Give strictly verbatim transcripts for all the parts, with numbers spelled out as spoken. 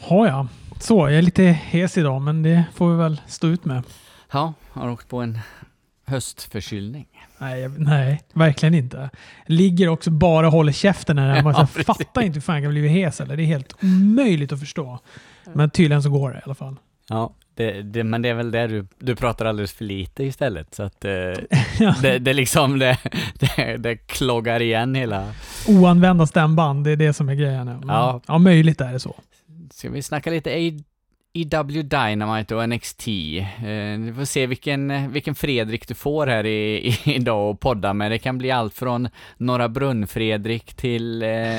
Ja, ja. Så, jag är lite hes idag, men det får vi väl stå ut med. Ja, har åkt på en höstförkylning. Nej, jag, nej, verkligen inte. Ligger också bara och håller käften när man ja, fattar inte hur fan jag blivit hes eller. Det är helt omöjligt att förstå. Men tydligen så går det i alla fall. Ja, det, det, men det är väl där du, du pratar alldeles för lite istället. Så att eh, ja. det, det liksom det, det, det kloggar igen hela... Oanvända stämband, det är det som är grejen. Men, ja. ja, möjligt är det så. Ska vi snacka lite A E W Dynamite och N X T. Eh, vi får se vilken, vilken Fredrik du får här i, i, idag och podda med. Det kan bli allt från Norra Brunn-Fredrik till, eh,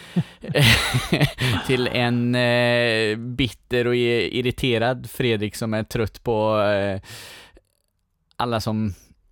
till en eh, bitter och irriterad Fredrik som är trött på eh, alla som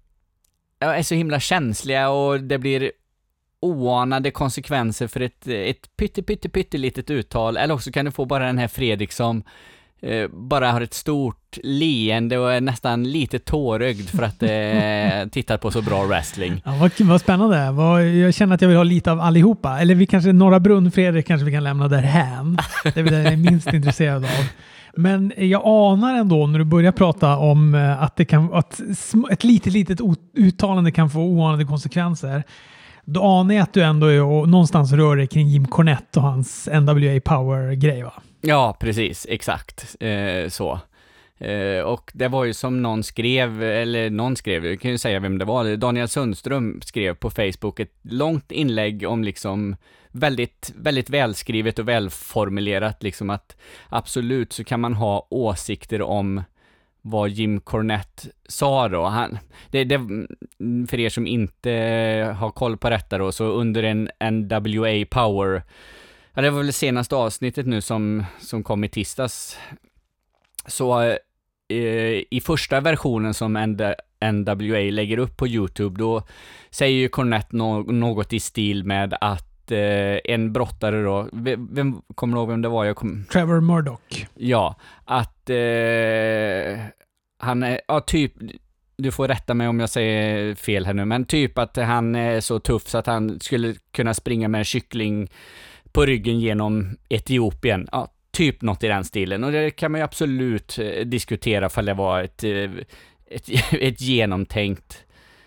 ja, är så himla känsliga och det blir oanade konsekvenser för ett, ett pytte, pytte, pytte litet uttal. Eller också kan du få bara den här Fredrik som eh, bara har ett stort leende och är nästan lite tårögd för att eh, titta på så bra wrestling. Ja, vad, vad spännande. Vad, jag känner att jag vill ha lite av allihopa. Eller vi kanske, Norra Brunn, Fredrik kanske vi kan lämna därhän. Det är det jag är minst intresserad av. Men jag anar ändå när du börjar prata om att, det kan, att ett litet, litet uttalande kan få oanade konsekvenser. Då anar jag att du ändå är och någonstans rör dig kring Jim Cornette och hans N W A Power-grej, va? Ja, precis. Exakt. Eh, så. Eh, och det var ju som någon skrev, eller någon skrev, jag kan ju säga vem det var. Daniel Sundström skrev på Facebook ett långt inlägg om liksom väldigt, väldigt välskrivet och välformulerat liksom att absolut så kan man ha åsikter om vad Jim Cornette sa då. Han, det, det, för er som inte har koll på detta då, så under en N W A Power, ja, det var väl det senaste avsnittet nu som, som kom i tisdags, så eh, i första versionen som N W A lägger upp på YouTube, då säger ju Cornette no- något i stil med att eh, en brottare då, vem, vem kommer ihåg vem det var? Jag kom... Trevor Murdoch. Ja, att eh, han är, ja typ, du får rätta mig om jag säger fel här nu, men typ att han är så tuff så att han skulle kunna springa med en kyckling på ryggen genom Etiopien. Ja, typ något i den stilen. Och det kan man ju absolut eh, diskutera för det var ett, eh, ett, ett genomtänkt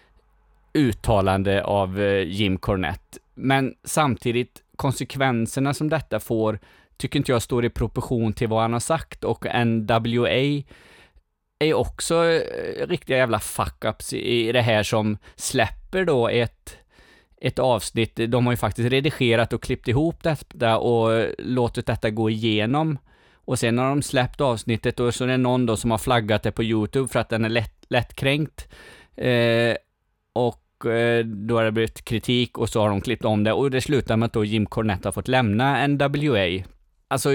uttalande av eh, Jim Cornette. Men samtidigt, konsekvenserna som detta får tycker inte jag står i proportion till vad han har sagt, och N W A är också eh, riktiga jävla fuck-ups i, i det här som släpper då ett ett avsnitt. De har ju faktiskt redigerat och klippt ihop detta och låtit detta gå igenom, och sen har de släppt avsnittet och så är det någon då som har flaggat det på YouTube för att den är lätt, lättkränkt eh, och eh, då har det blivit kritik och så har de klippt om det, och det slutar med att då Jim Cornette har fått lämna N W A. Alltså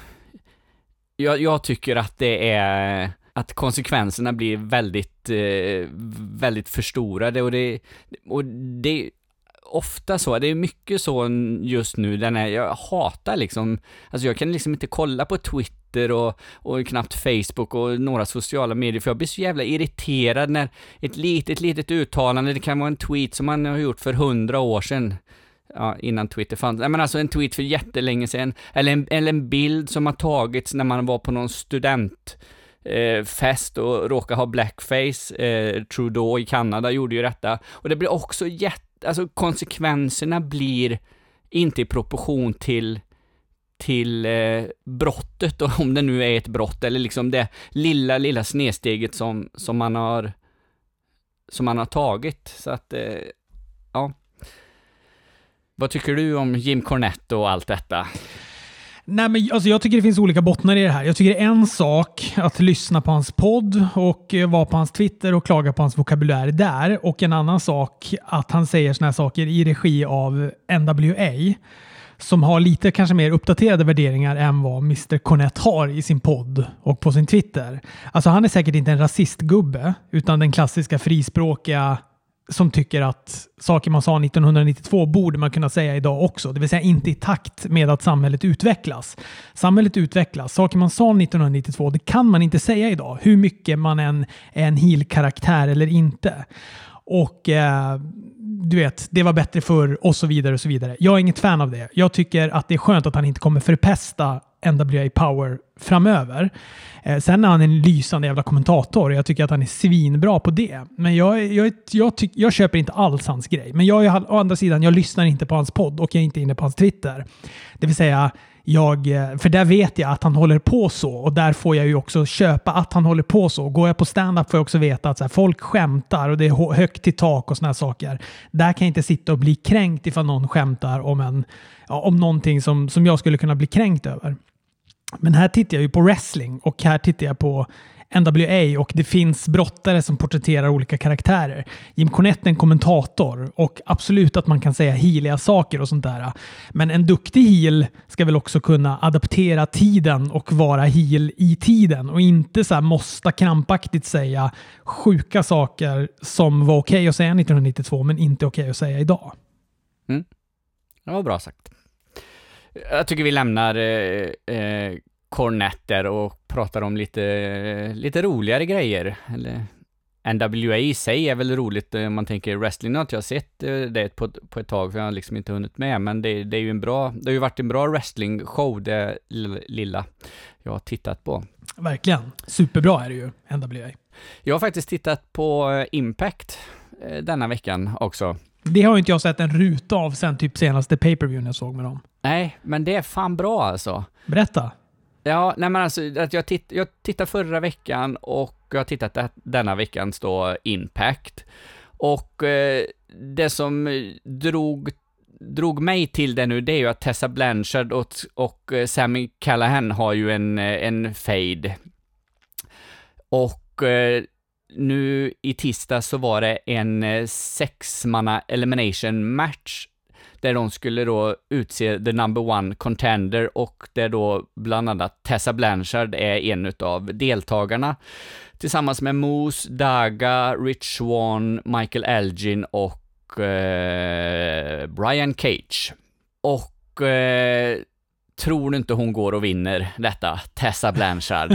jag, jag tycker att det är att konsekvenserna blir väldigt eh, väldigt förstorade, och det och det ofta så, det är mycket så just nu, den är, jag hatar liksom, alltså jag kan liksom inte kolla på Twitter och, och knappt Facebook och några sociala medier, för jag blir så jävla irriterad när ett litet, litet uttalande, det kan vara en tweet som man har gjort för hundra år sedan, ja, innan Twitter fanns, men alltså en tweet för jättelänge sedan, eller en, eller en bild som har tagits när man var på någon student Eh, fest och råkar ha blackface. eh, Trudeau i Kanada gjorde ju detta, och det blir också jätte, alltså konsekvenserna blir inte i proportion till till eh, brottet, och om det nu är ett brott eller liksom det lilla lilla snedsteget som som man har som man har tagit, så att eh, ja. Vad tycker du om Jim Cornette och allt detta? Nej, men alltså jag tycker det finns olika bottnar i det här. Jag tycker det är en sak att lyssna på hans podd och vara på hans Twitter och klaga på hans vokabulär där. Och en annan sak att han säger såna här saker i regi av N W A som har lite kanske mer uppdaterade värderingar än vad mister Cornette har i sin podd och på sin Twitter. Alltså han är säkert inte en rasistgubbe utan den klassiska frispråkiga som tycker att saker man sa nittonhundranittiotvå borde man kunna säga idag också. Det vill säga inte i takt med att samhället utvecklas. Samhället utvecklas. Saker man sa nittonhundranittiotvå, det kan man inte säga idag. Hur mycket man än är en heel-karaktär eller inte. Och eh, du vet, det var bättre för och så vidare och så vidare. Jag är inget fan av det. Jag tycker att det är skönt att han inte kommer förpesta N W A Power framöver. Eh, sen är han en lysande jävla kommentator. Jag tycker att han är svinbra på det. Men jag, jag, jag, tyck, jag köper inte alls hans grej. Men jag, å andra sidan, jag lyssnar inte på hans podd och jag är inte inne på hans Twitter. Det vill säga, jag, för där vet jag att han håller på så, och där får jag ju också köpa att han håller på så. Går jag på stand-up får jag också veta att så här, folk skämtar och det är högt i tak och såna här saker. Där kan jag inte sitta och bli kränkt ifall någon skämtar om, en, ja, om någonting som, som jag skulle kunna bli kränkt över. Men här tittar jag ju på wrestling och här tittar jag på N W A och det finns brottare som porträtterar olika karaktärer. Jim Cornette är en kommentator och absolut att man kan säga healiga saker och sånt där. Men en duktig heel ska väl också kunna adaptera tiden och vara heel i tiden och inte så här måste krampaktigt säga sjuka saker som var okej att säga nittonhundranittiotvå men inte okej att säga idag. Mm. Det var bra sagt. Jag tycker vi lämnar eh, eh, Cornette och pratar om lite, lite roligare grejer. Eller, N W A i sig är väl roligt om man tänker wrestling. Har inte jag sett det på, på ett tag för jag har liksom inte hunnit med. Men det, det är ju en bra, det har ju varit en bra wrestling-show det lilla jag har tittat på. Verkligen. Superbra är det ju, N W A. Jag har faktiskt tittat på Impact denna veckan också. Det har inte jag sett en ruta av sen typ senaste pay-per-view jag såg med dem. Nej, men det är fan bra alltså. Berätta. Ja, nej men alltså att jag, titt, jag tittade förra veckan och jag har tittat det, denna veckans då Impact. Och eh, det som drog, drog mig till det nu det är ju att Tessa Blanchard och, och Sami Callihan har ju en, en fade. Och eh, nu i tisdag så var det en sexmanna elimination match där de skulle då utse the number one contender och där då bland annat Tessa Blanchard är en av deltagarna tillsammans med Moose, Daga, Rich Swann, Michael Elgin och eh, Brian Cage. Och eh, tror inte hon går och vinner detta, Tessa Blanchard.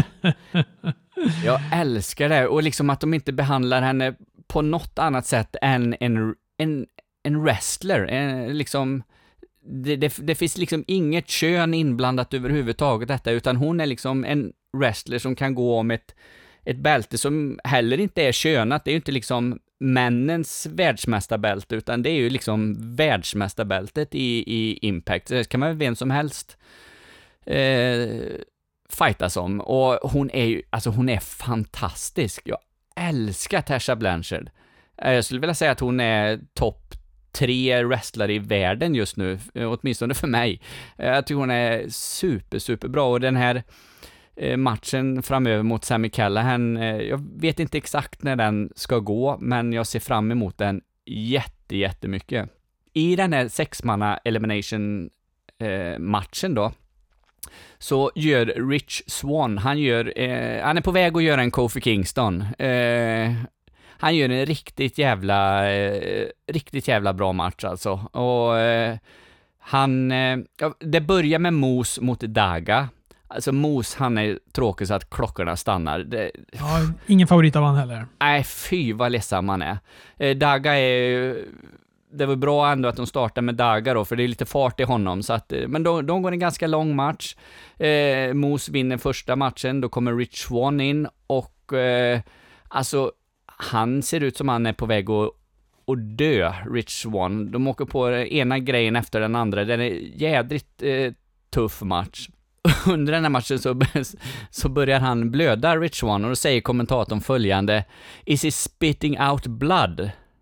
Jag älskar det och liksom att de inte behandlar henne på något annat sätt än en, en en wrestler, en, liksom det, det, det finns liksom inget kön inblandat överhuvudtaget detta, utan hon är liksom en wrestler som kan gå om ett, ett bälte som heller inte är könat. Det är ju inte liksom männens världsmästarbälte, utan det är ju liksom världsmästarbältet i, i Impact. Det kan man väl vem som helst eh, fightas om. Och hon är ju, alltså hon är fantastisk. Jag älskar Tessa Blanchard. Jag skulle vilja säga att hon är topp tre wrestlare i världen just nu, åtminstone för mig. Jag tycker hon är super, super bra och den här matchen framöver mot Sami Callihan, jag vet inte exakt när den ska gå, men jag ser fram emot den jätte, jättemycket. I den här sexmanna elimination eh, matchen då, så gör Rich Swann, han gör, eh, han är på väg att göra en Kofi Kingston. Eh, Han gör en riktigt jävla eh, riktigt jävla bra match alltså. Och eh, han eh, det börjar med Moose mot Daga. Alltså Moose, han är tråkig så att klockorna stannar. Det, ja, ingen favorit av han heller. Nej, fy vad ledsen man är. Eh, Daga är det var bra ändå att de startar med Daga då, för det är lite fart i honom så att, men de, de går en ganska lång match. Eh, Moose vinner första matchen, då kommer Rich Swann in och eh, alltså han ser ut som han är på väg att, att dö, Rich Swann. De åker på ena grejen efter den andra. Det är en jädrigt eh, tuff match. Under den här matchen så, så börjar han blöda, Rich Swann, och då säger kommentatorn följande: Is he spitting out blood?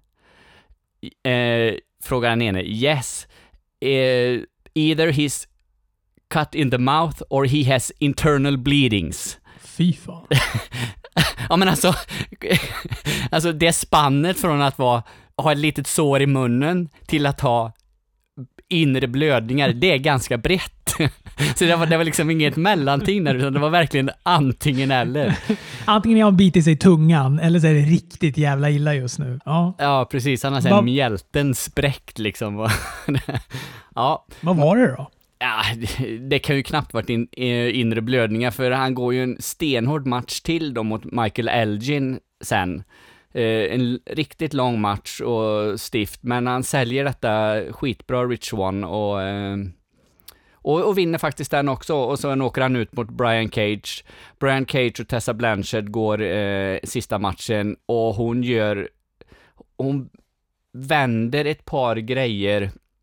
Eh, frågar han ene. Yes. Eh, either he's cut in the mouth or he has internal bleedings. Fy fan. Ja men alltså, alltså det spannet från att vara, ha ett litet sår i munnen till att ha inre blödningar, det är ganska brett. Så det var, det var liksom inget mellanting där, utan det var verkligen antingen eller. Antingen har han bitit sig i tungan eller så är det riktigt jävla illa just nu. Ja, ja precis. Han har sen Va- mjälten spräckt liksom. Ja. Vad var det då? Ja, det kan ju knappt varit in, inre blödningar, för han går ju en stenhård match till då mot Michael Elgin sen. Eh, en riktigt lång match och stift, men han säljer detta skitbra, Rich Swann, och, eh, Och, och vinner faktiskt den också, och sen åker han ut mot Brian Cage. Brian Cage och Tessa Blanchard går eh, sista matchen, och hon gör hon vänder ett par grejer.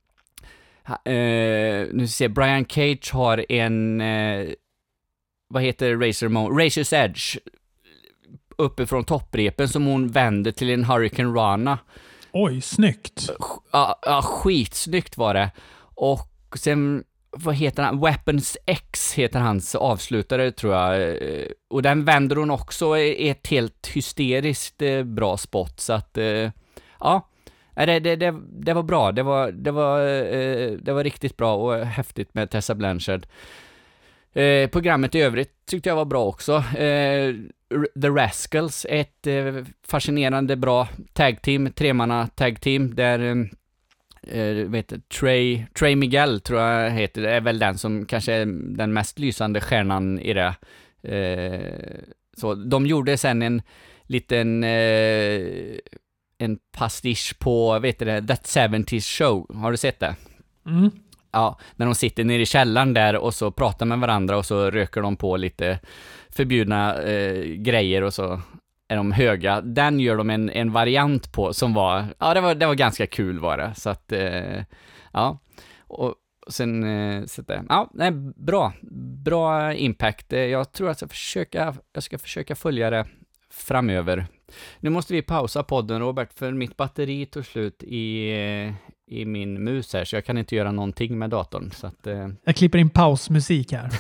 Uh, nu ska vi se, Brian Cage har en uh, vad heter det, Razor Mo- Razor's Edge uppifrån topprepen som hon vänder till en Hurricane Rana. Oj, snyggt. Ja, uh, uh, skitsnyggt var det. Och sen, vad heter han? Weapons X heter hans avslutare, tror jag. Och den vänder hon också i ett helt hysteriskt uh, bra spot. Så att, uh, ja, det, det, det, det var bra. Det var, det, var, uh, det var riktigt bra och häftigt med Tessa Blanchard. Uh, programmet i övrigt tyckte jag var bra också. Uh, The Rascals, ett uh, fascinerande bra tag team, tremanna tag team där um, Uh, vet, Trey, Trey Miguel tror jag heter, är väl den som kanske är den mest lysande stjärnan i det. Uh, så de gjorde sen en liten uh, en pastisch på, vet du, That seventies Show. Har du sett det? Mm. Ja, när de sitter nere i källaren där och så pratar med varandra och så röker de på lite förbjudna uh, grejer och så är de höga. Den gör de en, en variant på som var, ja det var, det var ganska kul var det. Så att, eh, ja. Och sen, eh, så att, ja, nej, bra. Bra Impact. Jag tror att jag, försöka, jag ska försöka följa det framöver. Nu måste vi pausa podden, Robert, för mitt batteri tog slut i, i min mus här, så jag kan inte göra någonting med datorn. Så att, eh. Jag klipper in pausmusik här.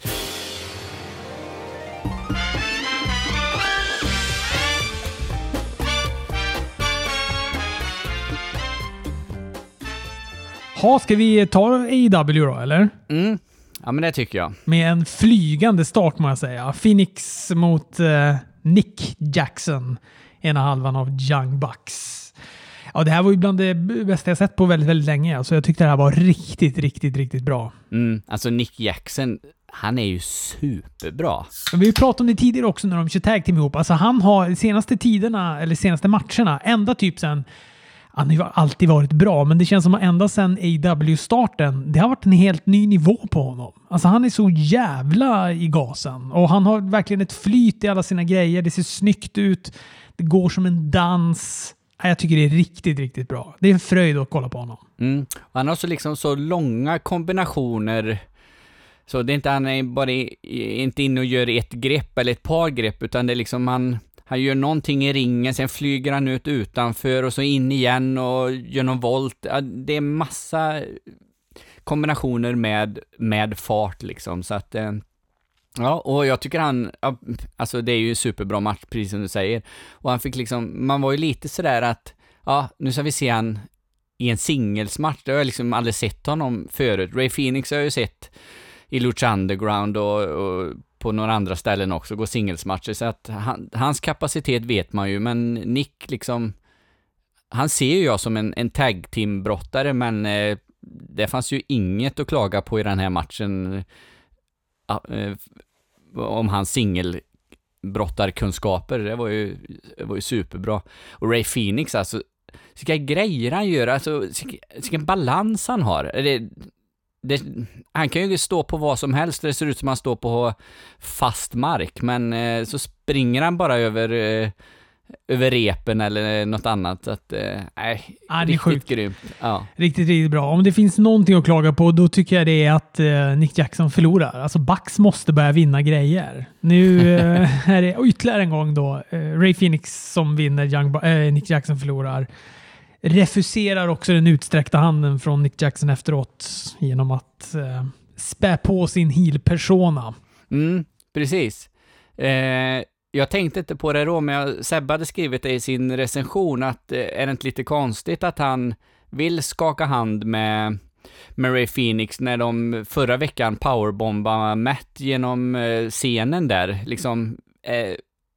Ha, ska vi ta A E W då, eller? Mm. Ja, men det tycker jag. Med en flygande start, må jag säga. Phoenix mot uh, Nick Jackson, ena halvan av Young Bucks. Ja, det här var ju bland det bästa jag sett på väldigt, väldigt länge. Alltså, jag tyckte det här var riktigt, riktigt, riktigt bra. Mm. Alltså Nick Jackson, han är ju superbra. Men vi har ju pratat om det tidigare också när de kör tag team ihop. Alltså han har de senaste tiderna, eller senaste matcherna, ända typ sen, han har ju alltid varit bra, men det känns som att ända sedan A E W-starten, det har varit en helt ny nivå på honom. Alltså han är så jävla i gasen. Och han har verkligen ett flyt i alla sina grejer. Det ser snyggt ut. Det går som en dans. Jag tycker det är riktigt, riktigt bra. Det är en fröjd att kolla på honom. Mm. Han har så liksom så långa kombinationer. Så det är inte, han är bara i, inte inne och gör ett grepp eller ett par grepp, utan det är liksom han... Han gör någonting i ringen, sen flyger han ut utanför och så in igen och gör någon volt. Det är massa kombinationer med, med fart liksom. Så att, ja, och jag tycker han, alltså det är ju en superbra match, precis som du säger. Och han fick liksom, man var ju lite sådär att, ja, nu ska vi se han i en singelsmatch. Det har jag liksom aldrig sett honom förut. Ray Phoenix har jag ju sett i Lucha Underground och, och på några andra ställen också, gå singelsmatcher, så att han, hans kapacitet vet man ju, men Nick liksom, han ser ju jag som en, en tag team brottare, men eh, det fanns ju inget att klaga på i den här matchen eh, om hans singelbrottarkunskaper. Det var ju, det var ju superbra. Och Ray Phoenix, alltså, vilka grejer han gör, alltså vilken balans han har. Det, Det, han kan ju stå på vad som helst. Det ser ut som han står på fast mark, men eh, så springer han bara över eh, över repen eller något annat. Så att, eh, nej, ah, riktigt sjukt. grymt. Ja. Riktigt, riktigt bra. Om det finns någonting att klaga på, då tycker jag det är att eh, Nick Jackson förlorar. Alltså Bucks måste börja vinna grejer. Nu eh, är det ytterligare en gång då eh, Ray Phoenix som vinner, Young ba- eh, Nick Jackson förlorar. Refuserar också den utsträckta handen från Nick Jackson efteråt genom att eh, spä på sin heel-persona. Mm, precis. Eh, jag tänkte inte på det då, men jag, Sebbe hade skrivit det i sin recension att eh, är det inte lite konstigt att han vill skaka hand med, med Ray Phoenix när de förra veckan powerbombade Matt genom eh, scenen där. Liksom... Eh,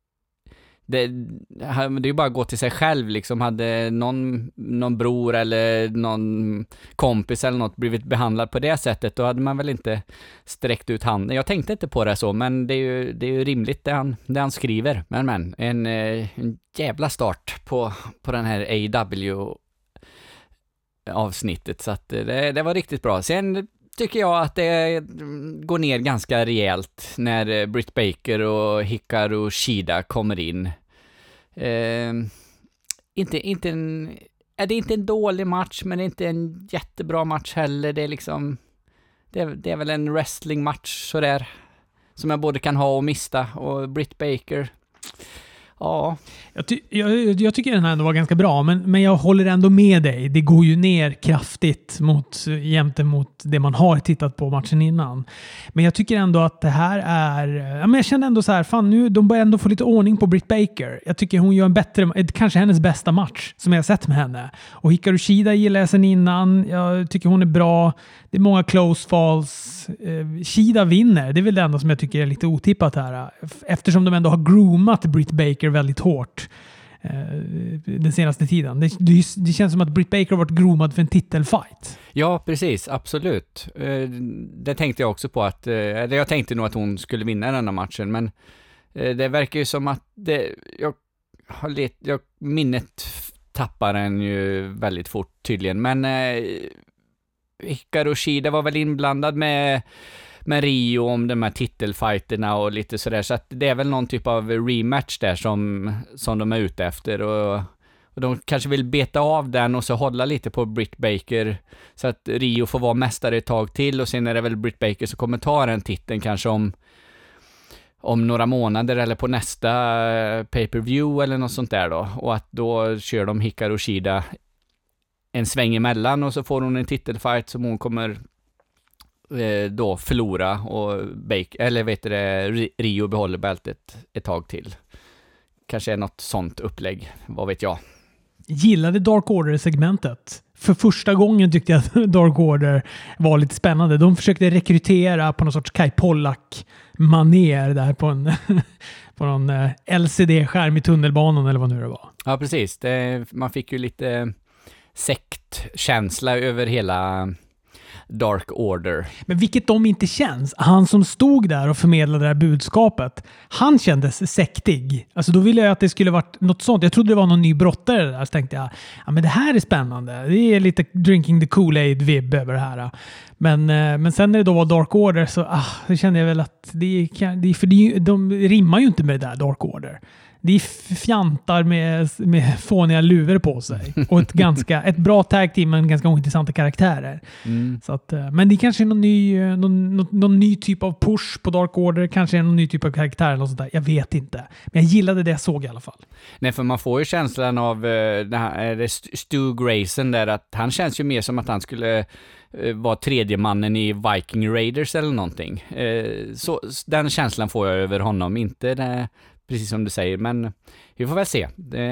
Det, det är ju bara att gå till sig själv liksom. Hade någon, någon bror eller någon kompis eller något blivit behandlad på det sättet, då hade man väl inte sträckt ut handen. Jag tänkte inte på det så, men det är ju, det är ju rimligt det han, det han skriver. Men men, en, en jävla start på, på den här A E W avsnittet, så att det, det var riktigt bra. Sen tycker jag att det går ner ganska rejält när Britt Baker och Hikaru Shida kommer in. Eh, inte, inte en, är det inte en dålig match, men det är inte en jättebra match heller. Det är liksom, det är, det är väl en wrestlingmatch sådär, som jag både kan ha och mista. Och Britt Baker, ja. Jag, ty- jag, jag tycker den här ändå var ganska bra, men, men jag håller ändå med dig. Det går ju ner kraftigt mot, jämte mot det man har tittat på matchen innan. Men jag tycker ändå att det här är... Ja, men jag känner ändå så här, fan nu, de börjar ändå få lite ordning på Britt Baker. Jag tycker hon gör en bättre, kanske hennes bästa match som jag har sett med henne. Och Hikaru Shida gillar jag sen innan. Jag tycker hon är bra. Det är många close falls. Shida vinner. Det är väl det enda som jag tycker är lite otippat här. Eftersom de ändå har groomat Britt Baker väldigt hårt den senaste tiden. Det, det, det känns som att Britt Baker har varit groomad för en titelfight. Ja, precis. Absolut. Det tänkte jag också på att... Jag tänkte nog att hon skulle vinna den här matchen, men det verkar ju som att det, jag har let, jag, minnet tappar den ju väldigt fort tydligen, men Hikaru Shida var väl inblandad med, med Rio om de här titelfighterna och lite sådär, så att det är väl någon typ av rematch där som, som de är ute efter, och, och de kanske vill beta av den och så hålla lite på Britt Baker så att Rio får vara mästare ett tag till, och sen är det väl Britt Baker som kommer ta den titeln kanske om om några månader eller på nästa pay-per-view eller något sånt där då, och att då kör de Hikaru Shida en sväng emellan och så får hon en titelfight som hon kommer eh, då förlora, och Baker, eller vet du det, Rio behåller bältet ett tag till. Kanske är något sånt upplägg, vad vet jag. Gillade Dark Order-segmentet. För första gången tyckte jag att Dark Order var lite spännande. De försökte rekrytera på någon sorts Kai Pollak-manér där på en på någon L C D-skärm i tunnelbanan eller vad nu det var. Ja, precis. Det, man fick ju lite sektkänsla över hela Dark Order. Men vilket de inte känns. Han som stod där och förmedlade det här budskapet, han kändes sektig. Alltså då ville jag att det skulle varit något sånt. Jag trodde det var någon ny brottare där, så tänkte jag, ja men det här är spännande. Det är lite drinking the Kool-Aid-vibb över det här. Men, men sen när det då var Dark Order så, ah, så kände jag väl att det, det, för det, de rimmar ju inte med det där Dark Order. Det är fjantar med, med fåniga luvor på sig. Och ett, ganska, ett bra tag team med ganska ointressanta karaktärer. Mm. Så att, men det kanske är någon ny, någon, någon, någon ny typ av push på Dark Order. Kanske är någon ny typ av karaktär eller sånt där. Jag vet inte. Men jag gillade det jag såg i alla fall. Nej, för man får ju känslan av uh, det här, Stu Grayson där, att han känns ju mer som att han skulle uh, vara tredje mannen i Viking Raiders eller någonting. Uh, så, den känslan får jag över honom. Inte det, precis som du säger, men vi får väl se det,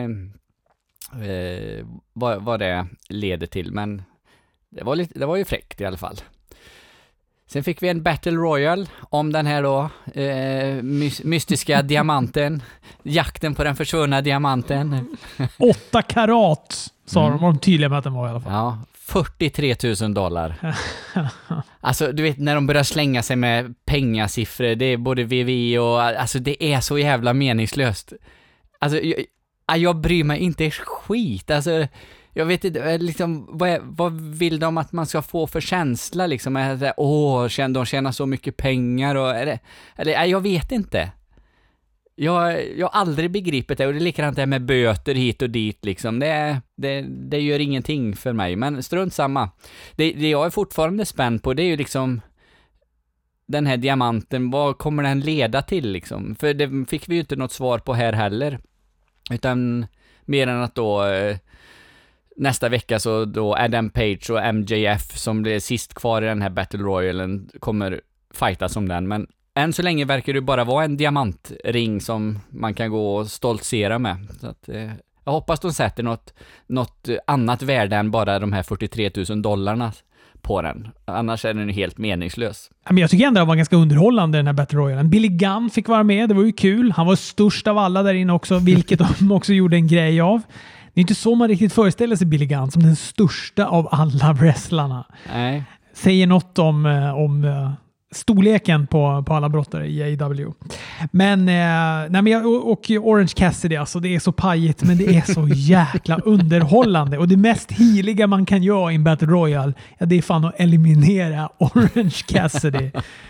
eh, vad, vad det leder till, men det var, lite, det var ju fräckt i alla fall. Sen fick vi en Battle Royale om den här då eh, my- mystiska diamanten, jakten på den försvunna diamanten. Åtta karat sa mm. de, var de tydliga med att den var i alla fall. Ja, fyrtiotre tusen dollar. Alltså, du vet, när de börjar slänga sig med pengasiffror, det är både V V och, alltså det är så jävla meningslöst. Alltså, jag, jag bryr mig inte skit. Alltså, jag vet inte, liksom, vad, är, vad vill de att man ska få för känsla, liksom? Är det, åh, de tjänar så mycket pengar, och är det, eller, jag vet inte. Jag, jag har aldrig begripit det, och det är likadant det med böter hit och dit liksom. Det, det, det gör ingenting för mig, men strunt samma. Det, det jag är fortfarande spänd på, det är ju liksom den här diamanten, vad kommer den leda till liksom? För det fick vi ju inte något svar på här heller, utan mer än att då eh, nästa vecka så då Adam Page och M J F som blir sist kvar i den här Battle Royalen kommer fightas om den, men än så länge verkar det bara vara en diamantring som man kan gå och stoltsera med. Så att, eh, jag hoppas de sätter något, något annat värde än bara de här fyrtiotre tusen dollarna på den. Annars är den ju helt meningslös. Jag tycker ändå att det var ganska underhållande, den här Battle Royale. Billy Gunn fick vara med, det var ju kul. Han var störst av alla där inne också, vilket de också gjorde en grej av. Det är inte så man riktigt föreställer sig Billy Gunn som den största av alla wrestlarna. Nej. Säger något om... om storleken på, på alla brottare i A E W. Men, eh, nej men jag, och, och Orange Cassidy, alltså det är så pajigt, men det är så jäkla underhållande. Och det mest heliga man kan göra i en Battle Royale, ja, det är fan att eliminera Orange Cassidy.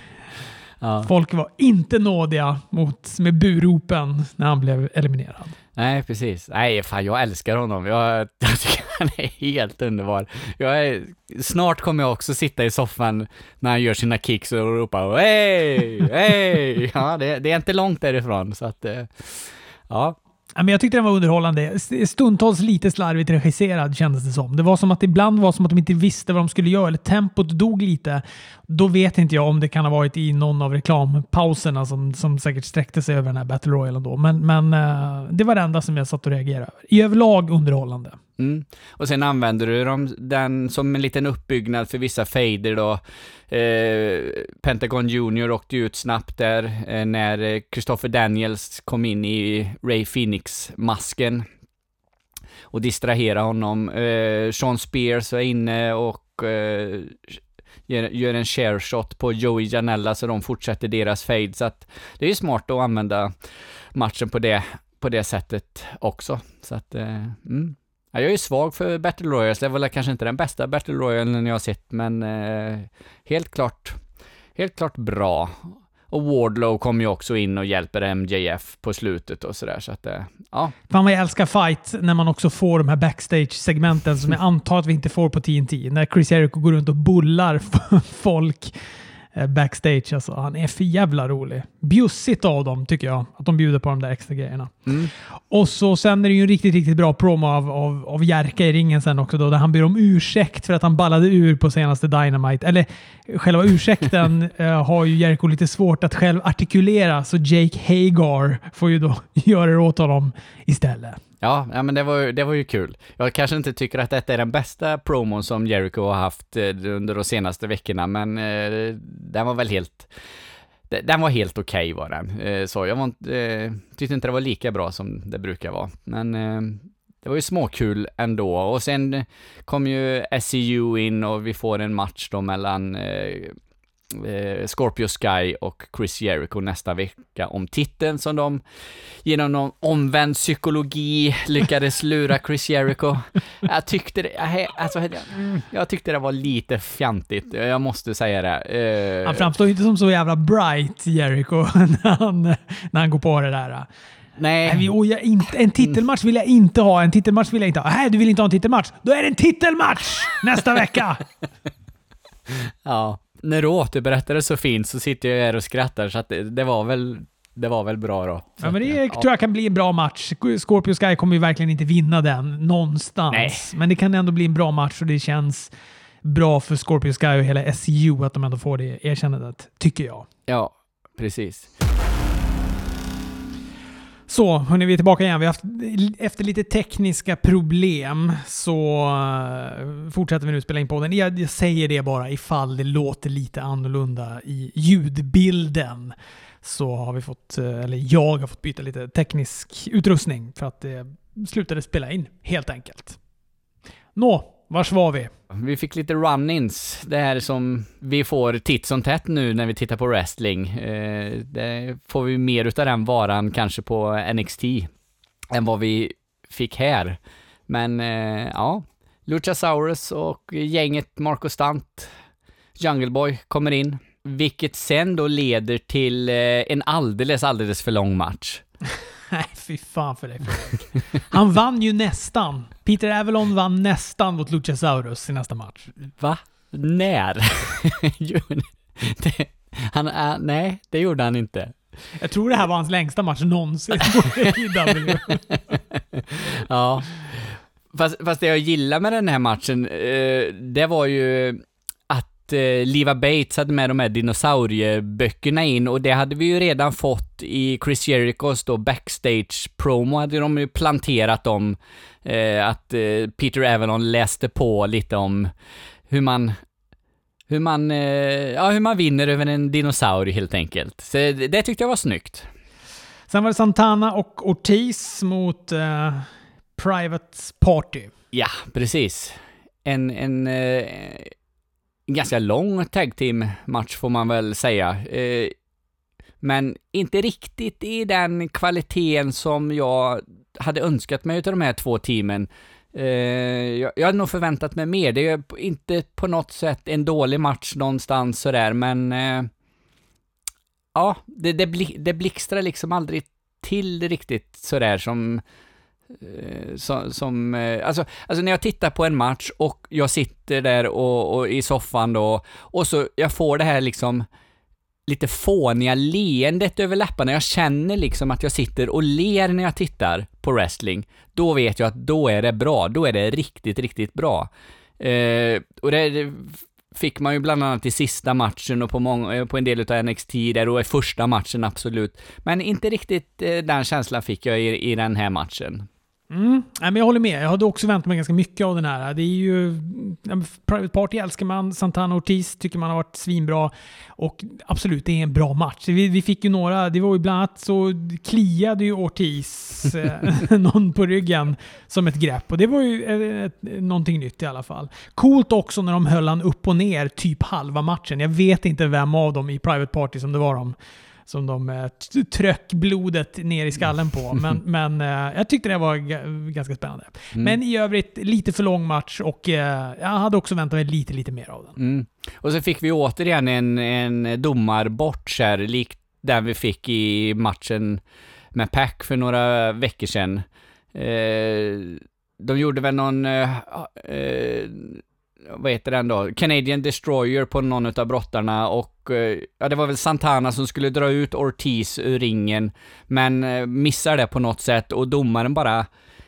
Ja. Folk var inte nådiga mot, med buropen när han blev eliminerad. Nej, precis. Nej, fan, jag älskar honom. Jag, jag tycker han är helt underbar. Jag är, snart kommer jag också sitta i soffan när han gör sina kicks och ropa hej, hej. Ja, det, det är inte långt därifrån. Så att, ja. Men jag tyckte den var underhållande. Stundtals lite slarvigt regisserad kändes det som. Det var som att ibland var som att de inte visste vad de skulle göra, eller tempot dog lite. Då vet inte jag om det kan ha varit i någon av reklampauserna som, som säkert sträckte sig över den här Battle Royale ändå. Men, men uh, det var det enda som jag satt och reagerade över. I överlag underhållande. Mm. Och sen använder du dem, den som en liten uppbyggnad för vissa fader då. Eh, Pentagon Junior åkte ut snabbt där eh, när Christopher Daniels kom in i Ray Phoenix-masken och distrahera honom. Eh, Sean Spears var inne och eh, gör, gör en share shot på Joey Janela så de fortsätter deras fade. Så att det är smart att använda matchen på det, på det sättet också. Så att, eh, mm. Ja, jag är svag för Battle Royals. Det var väl kanske inte den bästa Battle Royalen jag har sett, men eh, helt klart helt klart bra. Och Wardlow kommer ju också in och hjälper M J F på slutet och sådär. Så att, eh, ja. Fan vad jag älskar fight när man också får de här backstage-segmenten som jag antar att vi inte får på T N T. När Chris Jericho går runt och bullar folk backstage. Alltså, han är för jävla rolig. Bjussigt av dem tycker jag, att de bjuder på de där extra grejerna. Mm. Och så sen är det ju en riktigt, riktigt bra promo av, av, av Jerka i ringen sen också då, där han ber om ursäkt för att han ballade ur på senaste Dynamite. Eller själva ursäkten uh, har ju Jericho lite svårt att själv artikulera, så Jake Hagar får ju då göra det åt honom istället. Ja, ja men det var, det var ju kul. Jag kanske inte tycker att detta är den bästa promon som Jericho har haft eh, under de senaste veckorna, men eh, den var väl helt den var helt okej okay, var den. Eh, så jag var inte, eh, tyckte inte det var lika bra som det brukar vara. Men eh, det var ju småkul ändå. Och sen kom ju S C U in och vi får en match då mellan eh, Eh, Scorpio Sky och Chris Jericho nästa vecka om titeln som de genom någon omvänd psykologi lyckades lura Chris Jericho. Jag tyckte det, jag, alltså, jag tyckte det var lite fjantigt, jag måste säga det. Eh, han framstår inte som så jävla bright Jericho när han, när han går på det där. Nej. Nej, och jag inte, en titelmatch vill jag inte ha. En titelmatch vill jag inte ha. Nej, du vill inte ha en titelmatch. Då är det en titelmatch nästa vecka. Ja. När du återberättar det så fint så sitter jag här och skrattar, så att det, det var väl det var väl bra då. Så ja, men det ja. tror jag kan bli en bra match. Scorpio Sky kommer ju verkligen inte vinna den någonstans. Nej. Men det kan ändå bli en bra match och det känns bra för Scorpio Sky och hela S C U att de ändå får det erkännandet, tycker jag. Ja, precis. Så, hörni, vi är tillbaka igen. Vi har haft, efter lite tekniska problem så uh, fortsätter vi nu spela in podden. Jag, jag säger det bara ifall det låter lite annorlunda i ljudbilden. Så har vi fått, eller jag har fått byta lite teknisk utrustning för att det slutade spela in, helt enkelt. Nå, vars var vi? Vi fick lite run-ins. Det här som vi får titt som tätt nu när vi tittar på wrestling. Eh, det får vi mer utav den varan kanske på N X T än vad vi fick här. Men eh, ja, Luchasaurus och gänget Marco Stunt, Jungle Boy kommer in. Vilket sen då leder till eh, en alldeles, alldeles för lång match. Nej, fy fan för dig, Fredrik. Han vann ju nästan. Peter Avalon vann nästan mot Luchasaurus i nästa match. Va? När? det, han, äh, nej, det gjorde han inte. Jag tror det här var hans längsta match någonsin i W. Ja. Fast, fast det jag gillar med den här matchen, eh, det var ju Leva Bates hade med de här dinosaurieböckerna in, och det hade vi ju redan fått i Chris Jerichos då backstage promo, hade de ju planterat om eh, att eh, Peter Avalon läste på lite om hur man hur man eh, ja, hur man vinner över en dinosaurie helt enkelt. Så det, det tyckte jag var snyggt. Sen var det Santana och Ortiz mot eh, Private Party. Ja, precis. En en eh, en ganska lång tag team match får man väl säga. Eh, men inte riktigt i den kvaliteten som jag hade önskat mig av de här två teamen. Eh, jag, jag hade nog förväntat mig mer. Det är inte på något sätt en dålig match någonstans sådär, men eh, ja, det, det, bli, det blixtrar liksom aldrig till riktigt sådär som Som, som, alltså, alltså när jag tittar på en match och jag sitter där och, och i soffan då, och så jag får det här liksom lite fåniga leendet över läpparna. Jag känner liksom att jag sitter och ler när jag tittar på wrestling. Då vet jag att då är det bra. Då är det riktigt, riktigt bra. Eh, och det, det fick man ju bland annat i sista matchen och på, många, på en del av N X T där, och i första matchen absolut. Men inte riktigt eh, den känslan fick jag i, i den här matchen. Mm. Nej, men jag håller med. Jag hade också väntat mig ganska mycket av den här. Det är ju Private Party älskar man. Santana Ortiz tycker man har varit svinbra. Och absolut, det är en bra match. Vi, vi fick ju några, det var ju bland annat så kliade ju Ortiz någon på ryggen som ett grepp. Och det var ju ett, någonting nytt i alla fall. Coolt också när de höll han upp och ner typ halva matchen. Jag vet inte vem av dem i Private Party som det var dem. Som de eh, tröck blodet ner i skallen på. Men, men eh, jag tyckte det var g- ganska spännande. Mm. Men i övrigt lite för lång match och eh, jag hade också väntat mig lite, lite mer av den. Mm. Och så fick vi återigen en, en domarbort här, likt den vi fick i matchen med Pac för några veckor sedan. Eh, de gjorde väl någon... Eh, eh, vad heter den då? Canadian Destroyer på någon av brottarna, och ja, det var väl Santana som skulle dra ut Ortiz ur ringen, men missar det på något sätt, och domaren bara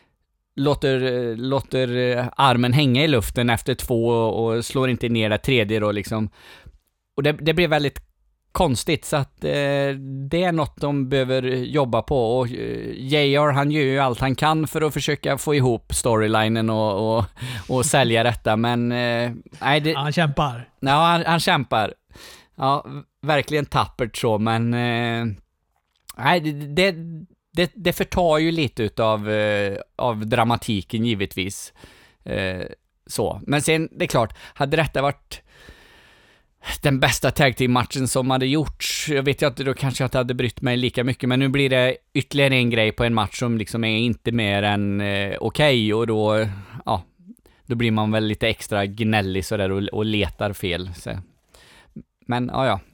låter, låter armen hänga i luften efter två och slår inte ner det tredje då liksom. Och det, det blev väldigt konstigt, så att eh, det är något de behöver jobba på, och eh, J R han gör ju allt han kan för att försöka få ihop storylinen och, och, och sälja detta, men eh, nej, det, han kämpar. Ja, han, han kämpar. Ja, verkligen tappert så, men eh, nej, det, det, det, det förtar ju lite utav eh, av dramatiken givetvis. Eh, så, men sen det är klart, hade detta varit den bästa tag team-matchen som hade gjorts, jag vet ju att då kanske jag inte hade brytt mig lika mycket, men nu blir det ytterligare en grej på en match som liksom är inte mer än eh, okej, och då ja, då blir man väl lite extra gnällig sådär och, och letar fel. Så. Men ja, ja.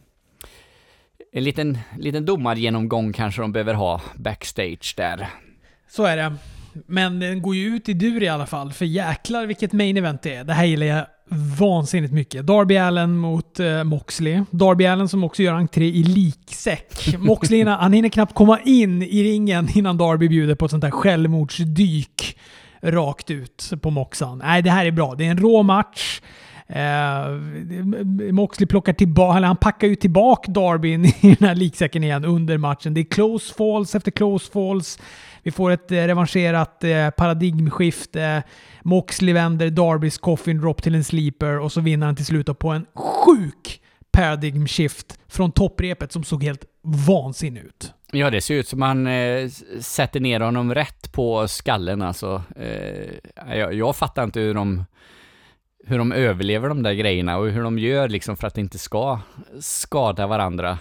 En liten, liten domargenomgång kanske de behöver ha backstage där. Så är det. Men den går ju ut i dur i alla fall, för jäklar vilket main event det är. Det här gillar jag vansinnigt mycket. Darby Allin mot eh, Moxley. Darby Allin som också gör entré i liksäck. Moxley, han hinner knappt komma in i ringen innan Darby bjuder på ett sånt där självmordsdyk rakt ut på Moxan. Nej, det här är bra. Det är en rå match. Eh, Moxley plockar tillbaka, eller han packar ju tillbaka Darby i den här liksäcken igen under matchen. Det är close falls efter close falls. Vi får ett eh, revanscherat eh, paradigmskifte. Moxley vänder Darbys coffin drop till en sleeper, och så vinner han till slut på en sjuk paradigmskift från topprepet som såg helt vansinnig ut. Ja, det ser ut som han eh, sätter ner honom rätt på skallen. Alltså. Eh, jag, jag fattar inte hur de, hur de överlever de där grejerna och hur de gör liksom för att det inte ska skada varandra.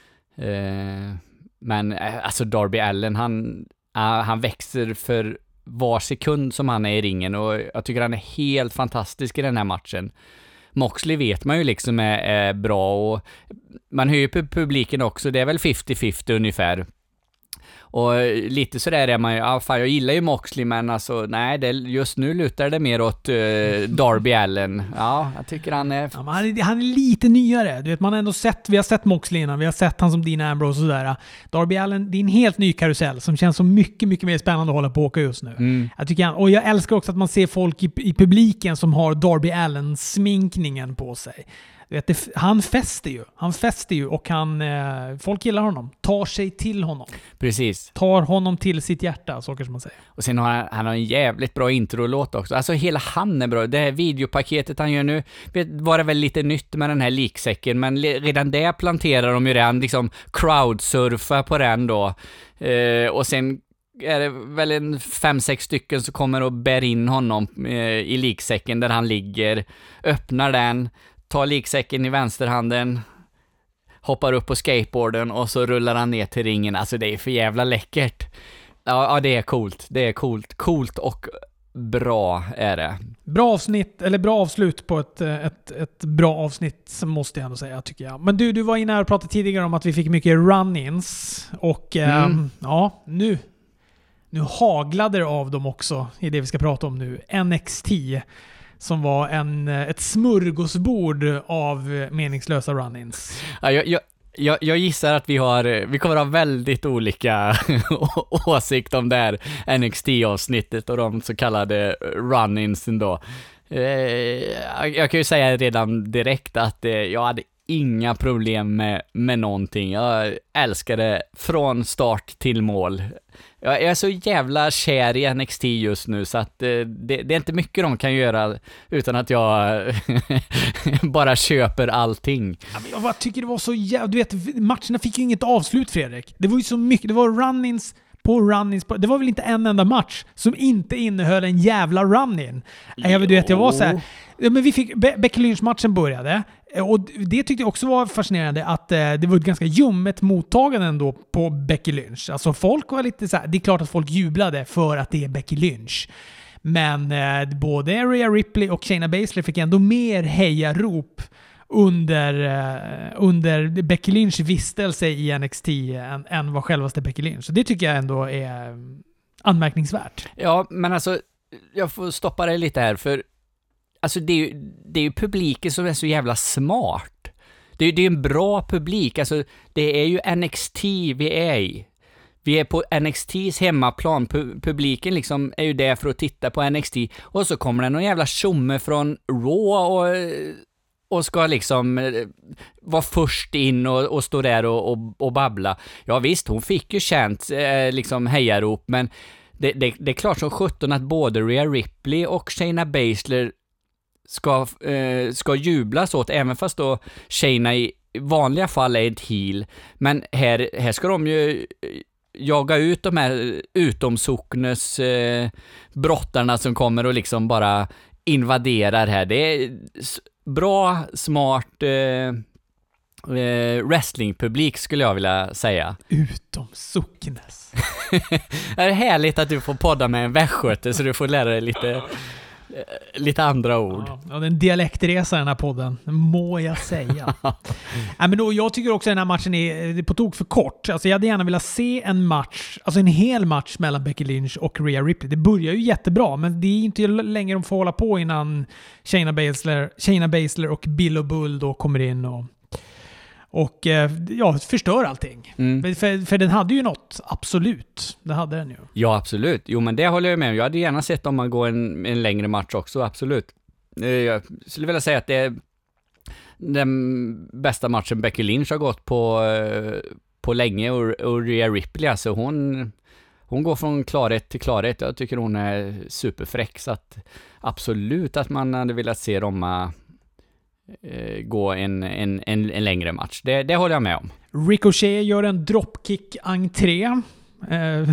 Eh, men eh, alltså Darby Allin, han, eh, han växer för var sekund som han är i ringen, och jag tycker han är helt fantastisk i den här matchen. Moxley vet man ju liksom är, är bra, och man hör ju på publiken också, det är väl femtio femtio ungefär. Och lite så där är man ju, ja, fan, jag gillar ju Moxley, men alltså nej, det, just nu lutar det mer åt uh, Darby Allin. Ja, jag tycker han är... Ja, han är... Han är lite nyare. Du vet, man har ändå sett, vi har sett Moxley innan, vi har sett han som Dean Ambrose och sådär. Darby Allin, det är en helt ny karusell som känns så mycket, mycket mer spännande att hålla på och åka just nu. Mm. Jag tycker han, och jag älskar också att man ser folk i, i publiken som har Darby Allin-sminkningen på sig. Vet, det, han fäster ju. Han fäster ju och han, eh, folk gillar honom. Tar sig till honom. Precis. Tar honom till sitt hjärta, så kanske man säger. Och sen har han, han har en jävligt bra intro-låt också. Alltså hela han är bra. Det här videopaketet han gör nu, vet, var det väl lite nytt med den här liksäcken, men redan det planterar de ju redan liksom crowdsurfa på den då. Eh, och sen är det väl en fem, sex stycken som kommer och bär in honom eh, i liksäcken där han ligger, öppnar den, tar liksäcken i vänsterhanden, hoppar upp på skateboarden och så rullar han ner till ringen. Alltså det är för jävla läckert. Ja, ja det är coolt. Det är coolt. Coolt och bra är det. Bra avsnitt, eller bra avslut på ett, ett, ett bra avsnitt måste jag ändå säga, tycker jag. Men du, du var inne här och pratade tidigare om att vi fick mycket run-ins. Och mm. ähm, ja, nu, nu haglade det av dem också i det vi ska prata om nu. N X T, som var en, ett smörgåsbord av meningslösa run-ins. Ja, jag, jag, jag, jag gissar att vi har vi kommer ha väldigt olika åsikt om det här N X T-avsnittet och de så kallade run-ins då. Jag kan ju säga redan direkt att jag hade inga problem med, med någonting. Jag älskade från start till mål. Jag är så jävla kär i N X T just nu så att det, det är inte mycket de kan göra utan att jag bara köper allting. Ja, men jag bara tycker det var så jävla... Du vet, matcherna fick ju inget avslut, Fredrik. Det var ju så mycket. Det var run-ins på run-ins på... Det var väl inte en enda match som inte innehöll en jävla run-in. Jag vet, du vet, jag var så här... Ja, men vi fick... Be- Becky Lynch-matchen började. Och det tyckte jag också var fascinerande att eh, det var ett ganska ljummet mottagande ändå på Becky Lynch. Alltså folk var lite så här, det är klart att folk jublade för att det är Becky Lynch. Men eh, både Rhea Ripley och Shayna Baszler fick ändå mer hejarop under, eh, under Becky Lynch vistelse i N X T än, än vad självaste Becky Lynch. Så det tycker jag ändå är anmärkningsvärt. Ja, men alltså jag får stoppa dig lite här för alltså det är ju, det är ju publiken som är så jävla smart. Det är ju en bra publik. Alltså det är ju N X T vi är i. Vi är på N X T:s hemmaplan. Publiken liksom är ju där för att titta på N X T. Och så kommer det någon jävla tjomme från Raw och, och ska liksom vara först in och, och stå där och, och, och babbla. Ja visst, hon fick ju känt eh, liksom hejarop, men det, det, det är klart som sjutton att både Rhea Ripley och Shayna Baszler ska, eh, ska jublas åt, även fast då Shayna i vanliga fall är ett heel. Men här, här ska de ju jaga ut de här utomsocknes eh, brottarna som kommer och liksom bara invaderar här. Det är bra, smart eh, eh, wrestlingpublik skulle jag vilja säga. Utomsocknes. Det är härligt att du får podda med en västgöte så du får lära dig lite lite andra ord. Ja, ja, det är en dialektresa i den här podden, må jag säga. ja, men då, jag tycker också att den här matchen är på tok för kort. Alltså, jag hade gärna velat se en match, alltså en hel match mellan Becky Lynch och Rhea Ripley. Det börjar ju jättebra, men det är inte längre de får hålla på innan Shayna Baszler, Shayna Baszler och Bill och Bull då kommer in och och ja, förstör allting. Mm. För, för den hade ju något, absolut. Det hade den ju. Ja, absolut. Jo, men det håller jag med om. Jag hade gärna sett om man går en, en längre match också, absolut. Jag skulle vilja säga att det är den bästa matchen Becky Lynch har gått på, på länge och, och Rhea Ripley, alltså hon, hon går från klarhet till klarhet. Jag tycker hon är superfräck, så att absolut att man hade velat se dem gå en, en, en, en längre match. Det, det håller jag med om. Ricochet gör en dropkick-entré. Eh,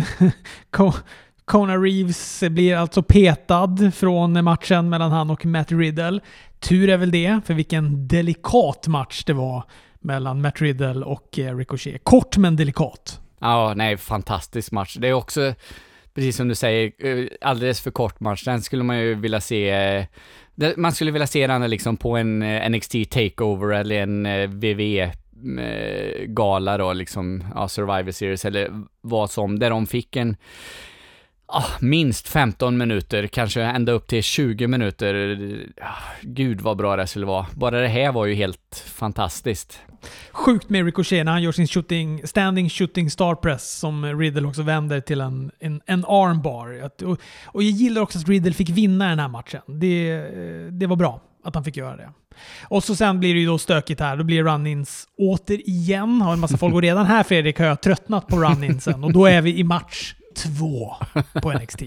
Kona Reeves blir alltså petad från matchen mellan han och Matt Riddle. Tur är väl det, för vilken delikat match det var mellan Matt Riddle och Ricochet. Kort men delikat. Ja, nej, fantastisk match. Det är också, precis som du säger, alldeles för kort match. Den skulle man ju vilja se... Man skulle vilja se den liksom på en N X T takeover eller en V V E-gala då, liksom, ja, Survivor Series eller vad som, där de fick en ah, minst femton minuter, kanske ända upp till tjugo minuter. Ah, gud vad bra det skulle vara. Bara det här var ju helt fantastiskt. Sjukt med Ricochet när han gör sin shooting, standing shooting star press som Riddle också vänder till en, en, en armbar. Och, och jag gillar också att Riddle fick vinna den här matchen. Det, det var bra att han fick göra det. Och så sen blir det ju då stökigt här. Då blir det run-ins återigen. Har en massa folk, och redan här, Fredrik, har jag tröttnat på run-insen. Och då är vi i match två på N X T.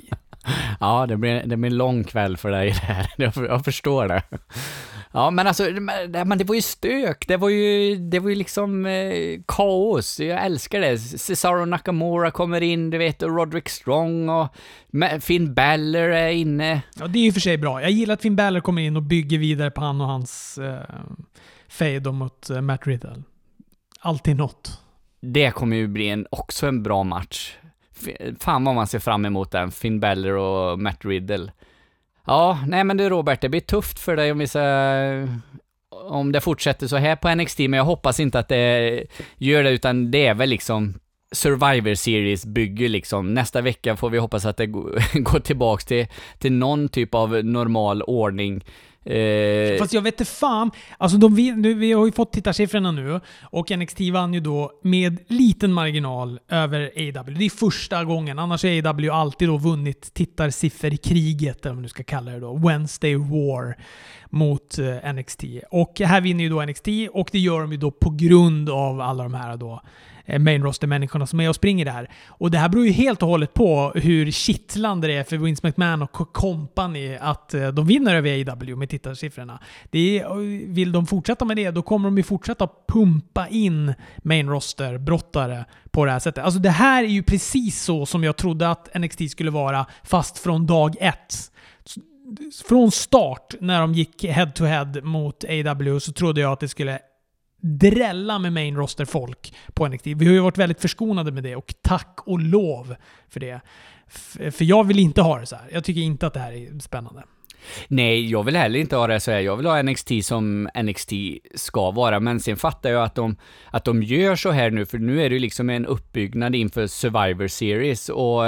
Ja, det blir, det blir en lång kväll för dig där. Jag, jag förstår det. Ja, men alltså, det, men det var ju stök. Det var ju, det var ju liksom eh, kaos. Jag älskar det. Cesaro Nakamura kommer in, du vet, och Roderick Strong och Finn Balor är inne. Ja, det är ju för sig bra. Jag gillar att Finn Balor kommer in och bygger vidare på han och hans eh, fade mot eh, Matt Riddle. Alltid något. Det kommer ju bli en, också en bra match. Fan vad man ser fram emot den. Finn Balor och Matt Riddle. Ja, nej men du Robert, det blir tufft för dig om vi ska, om det fortsätter så här på N X T, men jag hoppas inte att det gör det, utan det är väl liksom Survivor Series bygger liksom. Nästa vecka får vi hoppas att det går tillbaks till, till någon typ av normal ordning. Eh... Fast jag vet inte fan. Alltså de, vi, nu, vi har ju fått tittarsiffrorna nu och N X T vann ju då med liten marginal över A W. Det är första gången. Annars är A W alltid då vunnit tittarsiffror i kriget, om du ska kalla det då. Wednesday War mot eh, N X T. Och här vinner ju då N X T och det gör de ju då på grund av alla de här då main roster-människorna som är och springer där. Och det här beror ju helt och hållet på hur kittlande det är för Vince McMahon och company att de vinner över A W med tittarsiffrorna. Det är, vill de fortsätta med det, då kommer de ju fortsätta pumpa in main roster-brottare på det här sättet. Alltså det här är ju precis så som jag trodde att N X T skulle vara, fast från dag ett. Från start, när de gick head-to-head mot A W, så trodde jag att det skulle drälla med main roster folk på N X T. Vi har ju varit väldigt förskonade med det och tack och lov för det. F- för jag vill inte ha det så här. Jag tycker inte att det här är spännande. Nej, jag vill heller inte ha det så här. Jag vill ha N X T som N X T ska vara, men sen fattar jag att de, att de gör så här nu, för nu är det ju liksom en uppbyggnad inför Survivor Series och,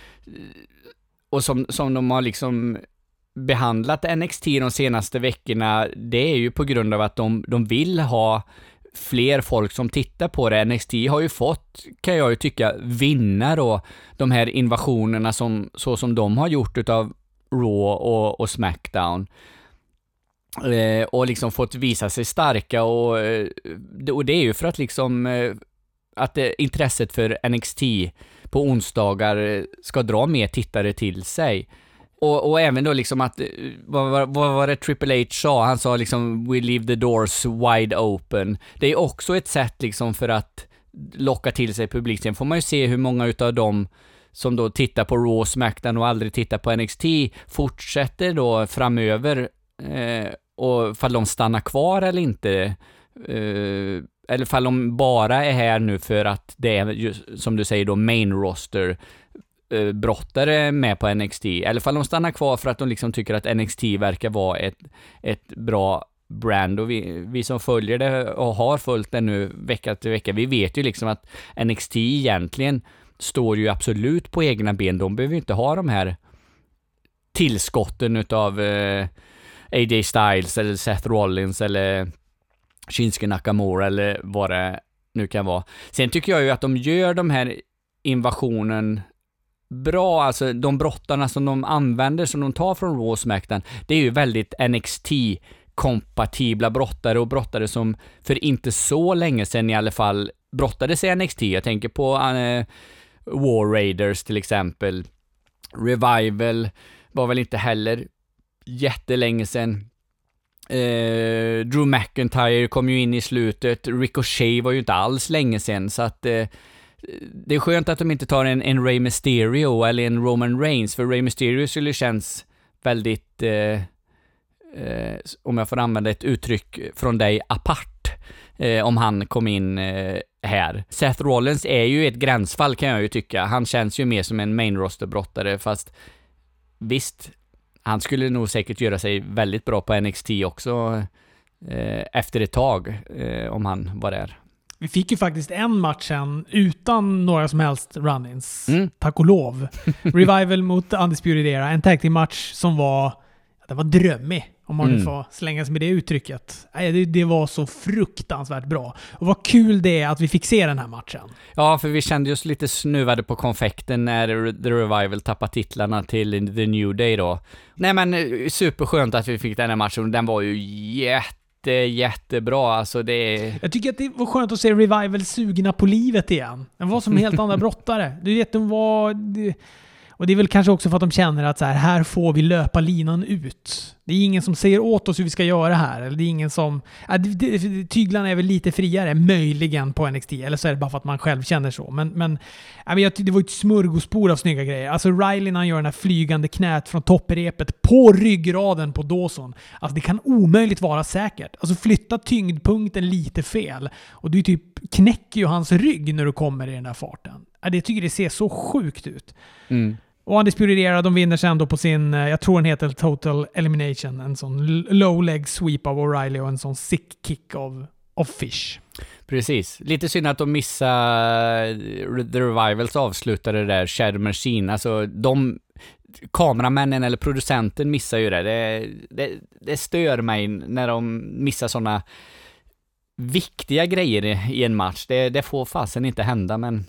och som, som de har liksom behandlat N X T de senaste veckorna, det är ju på grund av att de, de vill ha fler folk som tittar på det. N X T har ju fått, kan jag ju tycka, vinna då de här invasionerna som, så som de har gjort utav Raw och, och SmackDown. Eh, och liksom fått visa sig starka och, och det är ju för att liksom eh, att eh, intresset för N X T på onsdagar ska dra mer tittare till sig. Och, och även då liksom att, vad, vad, vad var det Triple H sa? Han sa liksom, we leave the doors wide open. Det är också ett sätt liksom för att locka till sig publik. Sen får man ju se hur många utav dem som då tittar på Raw, SmackDown och aldrig tittar på N X T fortsätter då framöver, eh, och fall de stannar kvar eller inte. Eh, eller fall de bara är här nu för att det är, just, som du säger då, main roster brottare med på N X T, eller fall de stannar kvar för att de liksom tycker att N X T verkar vara ett, ett bra brand, och vi, vi som följer det och har följt det nu vecka till vecka, vi vet ju liksom att N X T egentligen står ju absolut på egna ben. De behöver ju inte ha de här tillskotten utav eh, A J Styles eller Seth Rollins eller Shinsuke Nakamura eller vad det nu kan vara. Sen tycker jag ju att de gör de här invasionen bra, alltså de brottarna som de använder, som de tar från Raw och SmackDown, det är ju väldigt N X T-kompatibla brottare och brottare som för inte så länge sedan i alla fall brottades i N X T. Jag tänker på uh, War Raiders till exempel. Revival var väl inte heller jättelänge sedan. Uh, Drew McIntyre kom ju in i slutet. Ricochet var ju inte alls länge sedan, så att uh, det är skönt att de inte tar en, en Rey Mysterio eller en Roman Reigns, för Rey Mysterio skulle känns väldigt eh, eh, om jag får använda ett uttryck från dig, apart eh, om han kom in eh, här. Seth Rollins är ju ett gränsfall, kan jag ju tycka. Han känns ju mer som en main roster brottare, fast visst, han skulle nog säkert göra sig väldigt bra på N X T också eh, efter ett tag eh, om han var där. Vi fick ju faktiskt en match sen utan några som helst run-ins. Mm. Tack och lov. Revival mot Undisputed Era. En tag team match som var, det var drömmig, om man mm. nu får slänga sig med det uttrycket. Det, det var så fruktansvärt bra. Och vad kul det är att vi fick se den här matchen. Ja, för vi kände oss lite snuvade på konfekten när The Revival tappade titlarna till The New Day då. Nej men superskönt att vi fick den här matchen. Den var ju jätte jättebra, alltså det. Jag tycker att det var skönt att se Revival sugna på livet igen. Den var som helt andra brottare. Du vet, de var det, Och det är väl kanske också för att de känner att så här, här får vi löpa linan ut. Det är ingen som säger åt oss hur vi ska göra här. Eller det är ingen som... Ja, det, det, tyglarna är väl lite friare, möjligen på N X T. Eller så är det bara för att man själv känner så. Men, men ja, det var ett smörgåsbord av snygga grejer. Alltså Riley när han gör den här flygande knät från topprepet på ryggraden på Dawson. Alltså det kan omöjligt vara säkert. Alltså flytta tyngdpunkten lite fel. Och du typ knäcker ju hans rygg när du kommer i den här farten. Ja, det tycker det ser så sjukt ut. Mm. Och Undisputed Era, de vinner sen då på sin, jag tror den heter Total Elimination, en sån low leg sweep av O'Reilly och en sån sick kick av, av Fish. Precis. Lite synd att de missade The Revivals avslutade där, Shadow Machine. Alltså de kameramännen eller producenten missar ju det. Det, det. det stör mig när de missar såna viktiga grejer i en match. Det, det får fasen inte hända, men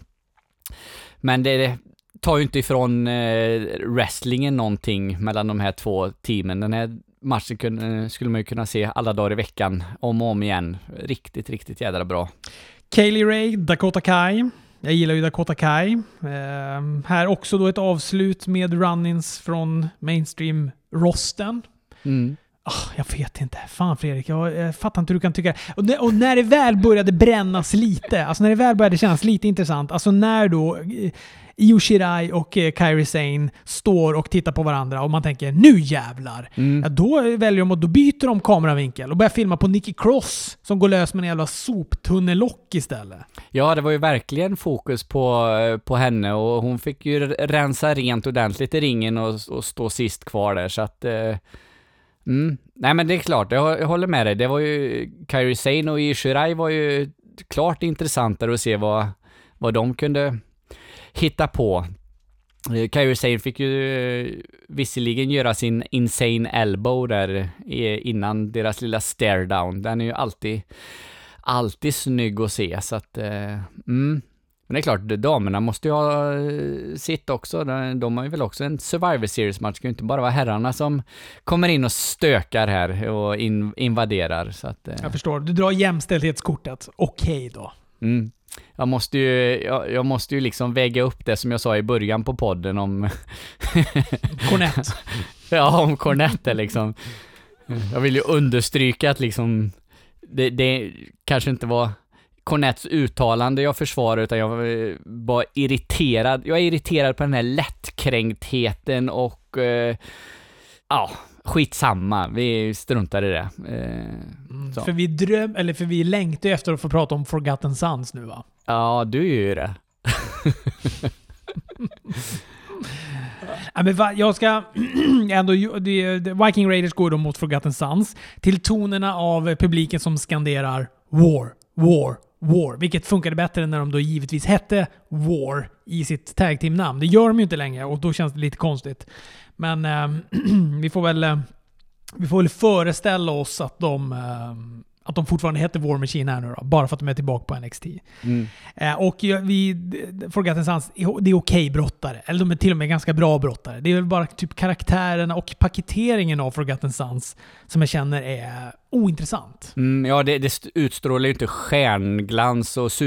men det tar ju inte ifrån eh, wrestlingen någonting mellan de här två teamen. Den här matchen kun, skulle man ju kunna se alla dagar i veckan om och om igen. Riktigt, riktigt jädra bra. Kaylee Ray, Dakota Kai. Jag gillar ju Dakota Kai. Eh, här också då ett avslut med run-ins från mainstream-rosten. Mm. Oh, jag vet inte. Fan Fredrik, jag, jag fattar inte hur du kan tycka. Och, det, och när det väl började brännas lite, alltså när det väl började kännas lite intressant, alltså när då eh, Io Shirai och eh, Kairi Sane står och tittar på varandra och man tänker, nu jävlar! Mm. Ja, då väljer de och då byter de kameravinkel och börjar filma på Nikki Cross som går lös med en jävla soptunnellock istället. Ja, det var ju verkligen fokus på, på henne och hon fick ju rensa rent ordentligt i ringen och, och stå sist kvar där, så att eh... Mm. Nej, men det är klart, jag, jag håller med dig. Det var ju Kairi Sane och Io Shirai var ju klart intressantare att se vad, vad de kunde hitta på. Kairi Sane fick ju visserligen göra sin insane elbow där innan deras lilla stare down. Den är ju alltid alltid snygg att se, så att mm. Men det är klart, damerna måste ju ha sitt också. De har ju väl också en Survivor Series-match. Det kan ju inte bara vara herrarna som kommer in och stökar här och in, invaderar. Så att, jag förstår. Du drar jämställdhetskortet. Okej då. Mm. Jag måste ju, jag, jag måste ju liksom väga upp det som jag sa i början på podden om... Cornette. Ja, om Cornette liksom. Jag vill ju understryka att liksom... Det, det kanske inte var... Cornettes uttalande jag försvarar, utan jag var irriterad. Jag är irriterad på den här lättkränktheten och eh, ja, skitsamma. Vi struntar i det. Eh, för vi dröm eller för vi längtar efter att få prata om Forgotten Sons nu, va? Ja, du gör ju det. Ja, men va, jag ska ändå, det, det, Viking Raiders går då mot Forgotten Sons till tonerna av publiken som skanderar War, War, War, vilket funkade bättre när de då givetvis hette War i sitt tag team-namn. Det gör de ju inte längre och då känns det lite konstigt. Men äh, vi får väl äh, vi får väl föreställa oss att de äh, att de fortfarande heter War Machine här nu då, bara för att de är tillbaka på N X T. Mm. Äh, och vi Forgotten Sons, det är okej okay brottare, eller de är till och med ganska bra brottare. Det är väl bara typ karaktärerna och paketeringen av Forgotten Sons som jag känner är ointressant. Mm, ja, det, det utstrålar ju inte stjärnglans och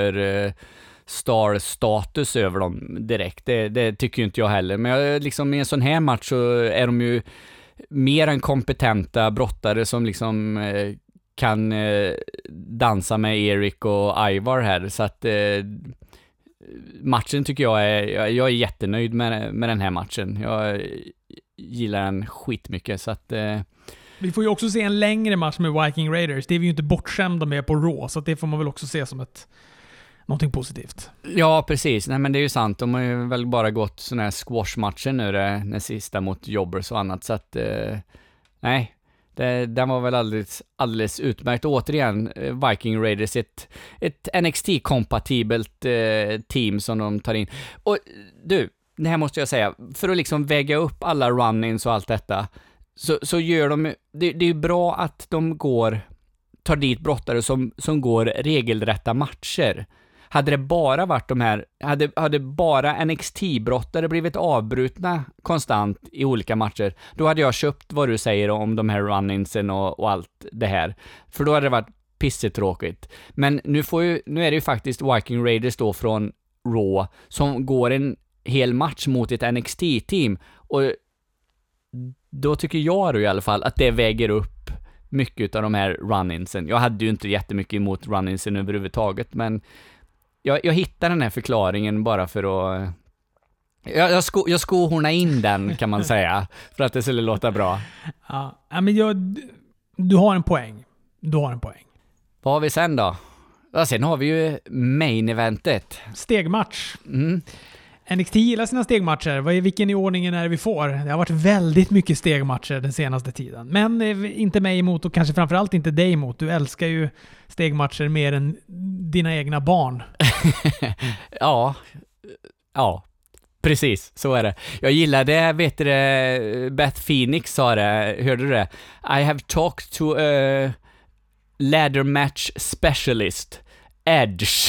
superstar-status över dem direkt. Det, det tycker ju inte jag heller. Men jag, liksom, i en sån här match så är de ju mer än kompetenta brottare som liksom eh, kan eh, dansa med Erik och Ivar här. Så att eh, matchen tycker jag är... Jag, jag är jättenöjd med, med den här matchen. Jag gillar den skitmycket, så att... Eh, Vi får ju också se en längre match med Viking Raiders. Det är vi ju inte bortskämda med på Raw, så det får man väl också se som ett någonting positivt. Ja, precis. Nej, men det är ju sant. De har ju väl bara gått såna här squashmatcher nu, det, den sista mot Jobbers och annat, så att eh, nej, det, den var väl alldeles, alldeles utmärkt. Och återigen, Viking Raiders, ett, ett N X T-kompatibelt eh, team som de tar in. Och du, det här måste jag säga, för att liksom väga upp alla run-ins och allt detta, Så, så gör de, det, det är ju bra att de går, tar dit brottare som, som går regelrätta matcher. Hade det bara varit de här, hade, hade bara N X T-brottare blivit avbrutna konstant i olika matcher, då hade jag köpt vad du säger om de här run-insen och, och allt det här. För då hade det varit pissetråkigt. Men nu, får ju, nu är det ju faktiskt Viking Raiders då från Raw som går en hel match mot ett N X T-team. Och då tycker jag då i alla fall att det väger upp mycket av de här run-insen. Jag hade ju inte jättemycket emot run-insen överhuvudtaget, men jag, jag hittar den här förklaringen bara för att... Jag, jag, sko, jag skohornar in den, kan man säga, för att det skulle låta bra. Ja, men jag, du har en poäng. Du har en poäng. Vad har vi sen då? Ja, sen har vi ju main-eventet. Stegmatch. Mm. N X T gillar sina stegmatcher. Vad är, vilken i ordningen är det vi får? Det har varit väldigt mycket stegmatcher den senaste tiden. Men inte mig emot och kanske framförallt inte dig emot. Du älskar ju stegmatcher mer än dina egna barn. ja, ja. Precis, så är det. Jag gillade, vet du det, Beth Phoenix sa det, hörde du det? I have talked to a ladder match specialist, Edge.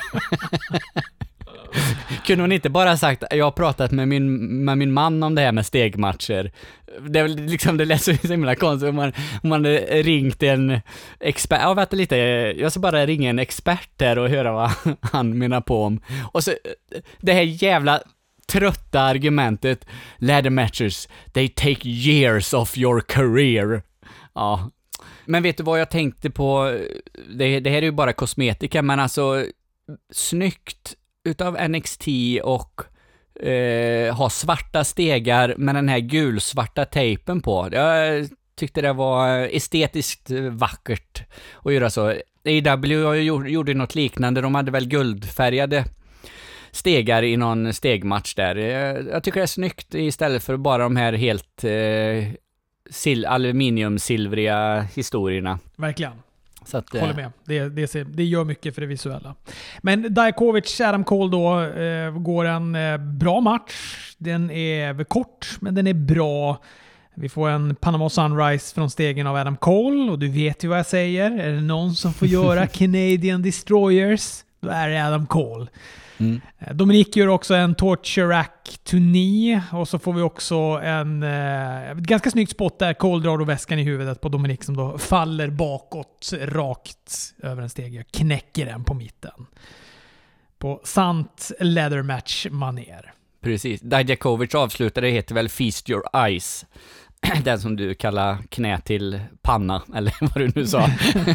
Kunde hon inte bara sagt, jag har pratat med min, med min man om det här med stegmatcher. Det, är liksom, det lät så himla konstigt om man, om man ringt en expert. Ja, vänta lite, jag ska bara ringa en expert där och höra vad han menar på om. Och så, det här jävla trötta argumentet, ladder matches, they take years of your career. Ja. Men vet du vad jag tänkte på? Det, det här är ju bara kosmetika, men alltså snyggt utav N X T och eh, ha svarta stegar med den här gulsvarta tejpen på. Jag tyckte det var estetiskt vackert att göra så. A E W gjorde, gjorde något liknande, de hade väl guldfärgade stegar i någon stegmatch där. Jag, jag tycker det är snyggt istället för bara de här helt eh, sil- aluminiumsilvriga historierna. Verkligen. Så att, håller med. Det, det, ser, det gör mycket för det visuella. Men Dijakovic, Adam Cole då, eh, går en eh, bra match. Den är kort, men den är bra. Vi får en Panama Sunrise från stegen av Adam Cole. Och du vet ju vad jag säger. Är det någon som får göra Canadian Destroyers, då är det Adam Cole. Mm. Dominik gör också en Torture Rack to knee, och så får vi också en eh, ganska snygg spot där Cole drar då väskan i huvudet på Dominik som då faller bakåt rakt över en steg. Jag knäcker den på mitten. På sant leather match maner. Precis. Dijakovic avslutade, heter väl Feast Your Eyes. Den som du kallar knä till panna, eller vad du nu sa.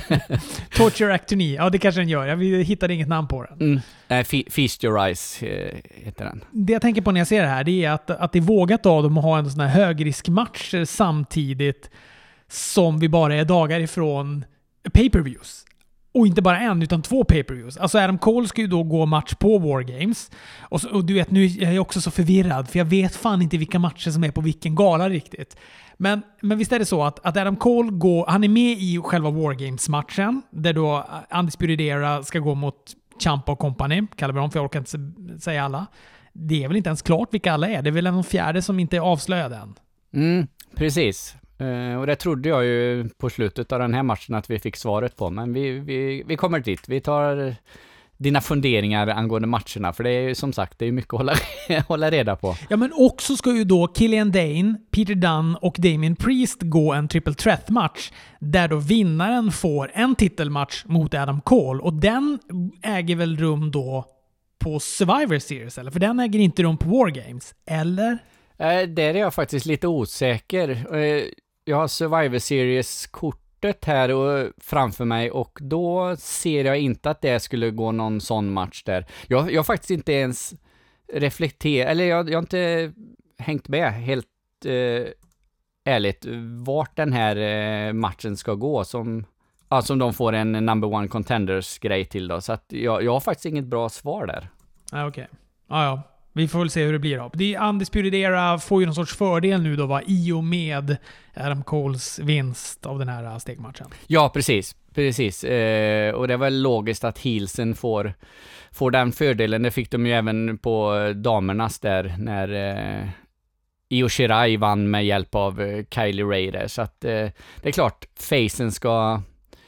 Torture Rack to knee. Ja, det kanske den gör. Jag hittade inget namn på den. Mm. Äh, Feast Your Eyes äh, heter den. Det jag tänker på när jag ser det här, det är att, att det är vågat av dem att ha en sån här högriskmatcher samtidigt som vi bara är dagar ifrån pay-per-views. Och inte bara en, utan två pay-per-views. Alltså Adam Cole ska ju då gå match på War Games. Och, så, och du vet, nu är jag också så förvirrad, för jag vet fan inte vilka matcher som är på vilken gala riktigt. Men, men visst är det så att, att Adam Cole går, han är med i själva War Games-matchen, där då Undisputed Era ska gå mot Ciampa och Company, kallar vi dem, för jag orkar inte säga alla. Det är väl inte ens klart vilka alla är. Det är väl en fjärde som inte är avslöjad än. Mm, precis. Uh, och det trodde jag ju på slutet av den här matchen att vi fick svaret på. Men vi, vi, vi kommer dit. Vi tar dina funderingar angående matcherna. För det är ju som sagt, det är mycket att hålla, hålla reda på. Ja, men också ska ju då Killian Dane, Peter Dunne och Damien Priest gå en triple threat-match. Där då vinnaren får en titelmatch mot Adam Cole. Och den äger väl rum då på Survivor Series, eller? För den äger inte rum på War Games, eller? Uh, där är jag faktiskt lite osäker. Uh, Jag har Survivor Series-kortet här och framför mig, och då ser jag inte att det skulle gå någon sån match där. Jag, jag har faktiskt inte ens reflekterat, eller jag, jag har inte hängt med helt eh, ärligt vart den här eh, matchen ska gå som, ja, som de får en number one contenders-grej till då. Så att jag, jag har faktiskt inget bra svar där. Ja, okej. Okay. Ja, ja. Vi får väl se hur det blir då. Det Undisputed Era får ju någon sorts fördel nu då, va, i och med Adam Coles vinst av den här stegmatchen. Ja, precis. Precis. Eh, och det är väl logiskt att heelsen får, får den fördelen. Det fick de ju även på damernas där när eh, Io Shirai vann med hjälp av eh, Kylie Ray där. Så att eh, det är klart, facen ska,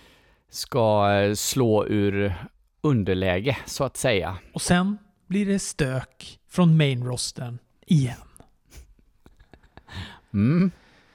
ska slå ur underläge, så att säga. Och sen blir det stök från main rostern igen. Mm.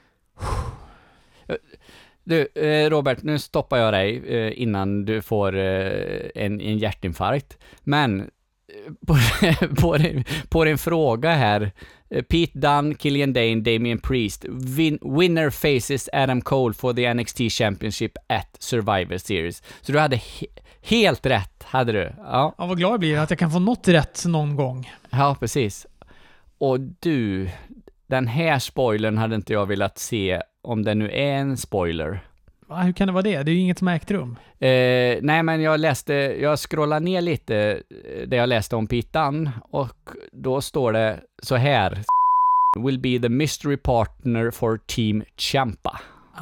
Du, Robert, nu stoppar jag dig innan du får en, en hjärtinfarkt. Men på, på, din, på din fråga här. Pete Dunne, Killian Dane, Damian Priest. Win, winner faces Adam Cole for the N X T Championship at Survivor Series. Så du hade he, helt rätt, hade du. Ja. Ja, vad glad jag blir att jag kan få något rätt någon gång. Ja, precis. Och du, den här spoilern hade inte jag velat se om det nu är en spoiler. Va, hur kan det vara det? Det är ju inget som ägt rum. Eh, nej, men jag läste, jag scrollade ner lite det jag läste om Pete Dunne och då står det så här: will be the mystery partner for Team Ciampa.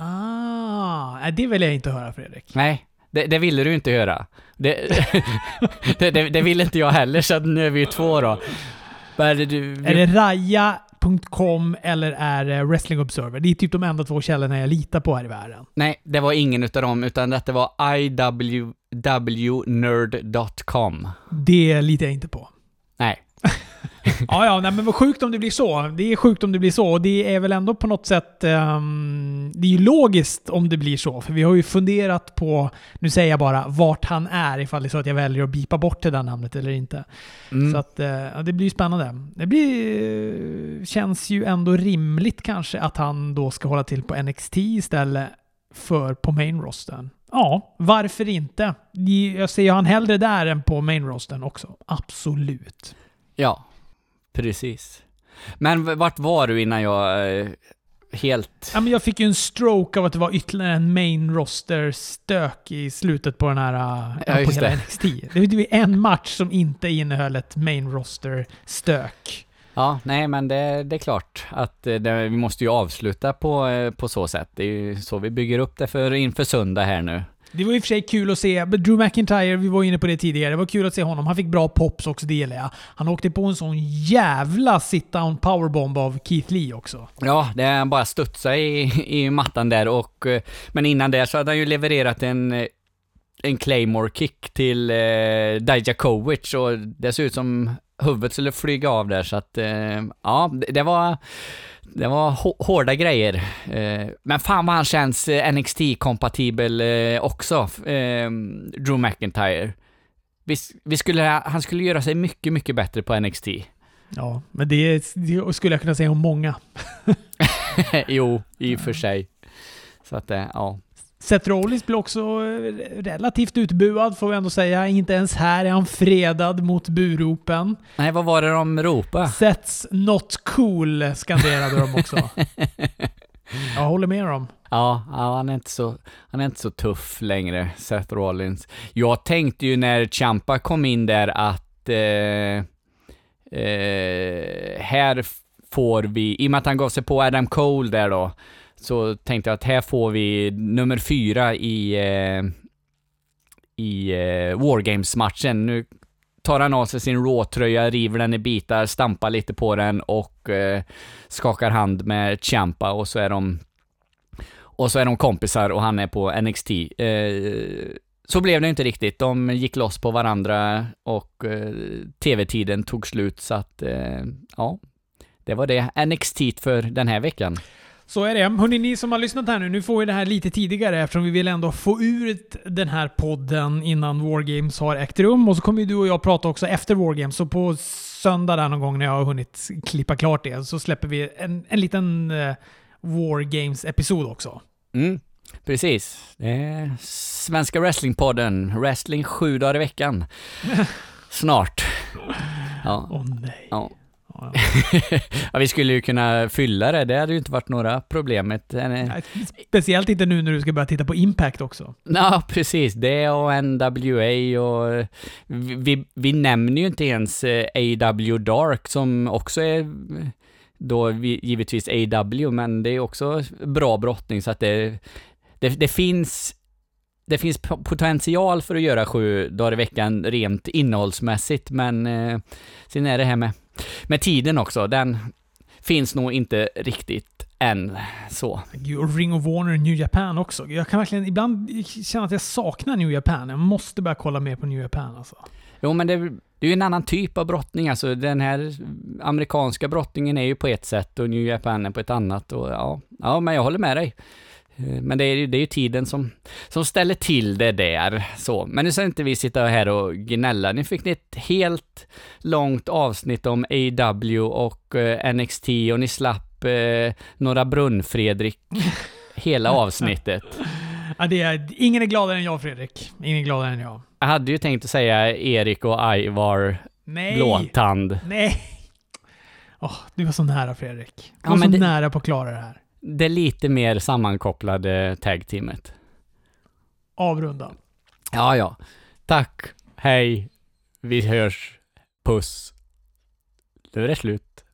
Ah, det vill jag inte höra, Fredrik. Nej, det, det ville du inte höra. Det, det, det, det vill inte jag heller, så nu är vi ju två då. Men du, vi... Är det Raja punkt com eller är det Wrestling Observer? Det är typ de enda två källorna jag litar på här i världen. Nej, det var ingen utav dem, utan det var i w w nerd dot com. Det litar jag inte på. Nej. ja, ja, nej, men vad sjukt om det blir så. Det är sjukt om det blir så. Och det är väl ändå på något sätt... Um, det är ju logiskt om det blir så. För vi har ju funderat på, nu säger jag bara, vart han är ifall det är så att jag väljer att bipa bort det där namnet eller inte. Mm. Så att uh, det blir ju spännande. Det blir, känns ju ändå rimligt kanske att han då ska hålla till på N X T istället för på main rostern. Ja, varför inte? Jag ser ju han hellre där än på main rostern också. Absolut. Ja, precis. Men vart var du innan jag eh, helt... Ja, men jag fick ju en stroke av att det var ytterligare en main roster stök i slutet på den här ja, på hela det. N X T. Det var ju en match som inte innehöll ett main roster stök. Ja, nej, men det, det är klart att det, vi måste ju avsluta på, på så sätt. Det är ju så vi bygger upp det för inför söndag här nu. Det var i och för sig kul att se. Drew McIntyre, vi var inne på det tidigare. Det var kul att se honom. Han fick bra pops också, det gillar jag. Han åkte på en sån jävla sit-down powerbomb av Keith Lee också. Ja, det är bara studsa i, i mattan där. Och, men innan det så hade han ju levererat en, en Claymore kick till eh, Dijakovic. Och det ser ut som huvudet skulle flyga av där. Så att, eh, ja, det, det var... Det var hårda grejer. Eh, men fan vad han känns N X T-kompatibel eh, också. Eh, Drew McIntyre. Vi, vi skulle, han skulle göra sig mycket, mycket bättre på N X T. Ja, men det, det skulle jag kunna säga om många. Jo, i och för sig. Så att, eh, ja. Seth Rollins blir också relativt utbuad, får vi ändå säga. Inte ens här är han fredad mot buropen. Nej, vad var det de ropade? Seth's not cool, skanderade de också. Jag håller med dem. Ja, ja, han är inte så han är inte så tuff längre, Seth Rollins. Jag tänkte ju när Ciampa kom in där att eh, eh, här får vi, i och med att han gav sig på Adam Cole där då, så tänkte jag att här får vi nummer fyra i eh, i eh, Wargames-matchen. Nu tar han av sig sin Raw-tröja, river den i bitar, stampar lite på den och eh, skakar hand med Ciampa, och så är de och så är de kompisar och han är på N X T. Eh, så blev det inte riktigt. De gick loss på varandra och eh, tv-tiden tog slut, så att eh, ja, det var det N X T för den här veckan. Så är det. Hörrni, ni som har lyssnat här nu, nu får vi det här lite tidigare eftersom vi vill ändå få ut den här podden innan Wargames har ägt rum. Och så kommer ju du och jag prata också efter Wargames. Så på söndag där någon gång när jag har hunnit klippa klart det så släpper vi en, en liten uh, Wargames-episod också. Mm, precis. Det är Svenska Wrestlingpodden. Wrestling sju dagar i veckan. Snart. Ja. Åh oh, nej. Ja. Ja, vi skulle ju kunna fylla det. Det hade ju inte varit några problem. Nej, speciellt inte nu när du ska börja titta på Impact också. Ja, precis. Det och N W A och vi, vi nämner ju inte ens A W Dark som också är då givetvis A W, men det är också bra brottning, så att det, det, det finns det finns potential för att göra sju dagar i veckan rent innehållsmässigt, men eh, sen är det här med med tiden också, den finns nog inte riktigt än så. Ring of Honor, New Japan också. Jag kan verkligen ibland känna att jag saknar New Japan. Jag måste börja kolla mer på New Japan alltså. Jo, men det, det är ju en annan typ av brottning. Alltså den här amerikanska brottningen är ju på ett sätt och New Japan är på ett annat. Och ja, ja, men jag håller med dig. Men det är ju det är ju tiden som, som ställer till det där. Så. Men nu ska inte vi sitta här och gnälla. Nu fick ni ett helt långt avsnitt om A E W och eh, N X T och ni slapp eh, några Brunn-Fredrik hela avsnittet. Ja, det är, ingen är gladare än jag, Fredrik. Ingen är gladare än jag. Jag hade ju tänkt att säga Erik och Ivar Nej. Blåtand. Nej. Oh, du var så nära, Fredrik. Du Ja, var så men det- nära på att klara det här. Det lite mer sammankopplade tag-teamet. Avrunda. Ja, ja. Tack. Hej. Vi hörs. Puss. Nu är det slut.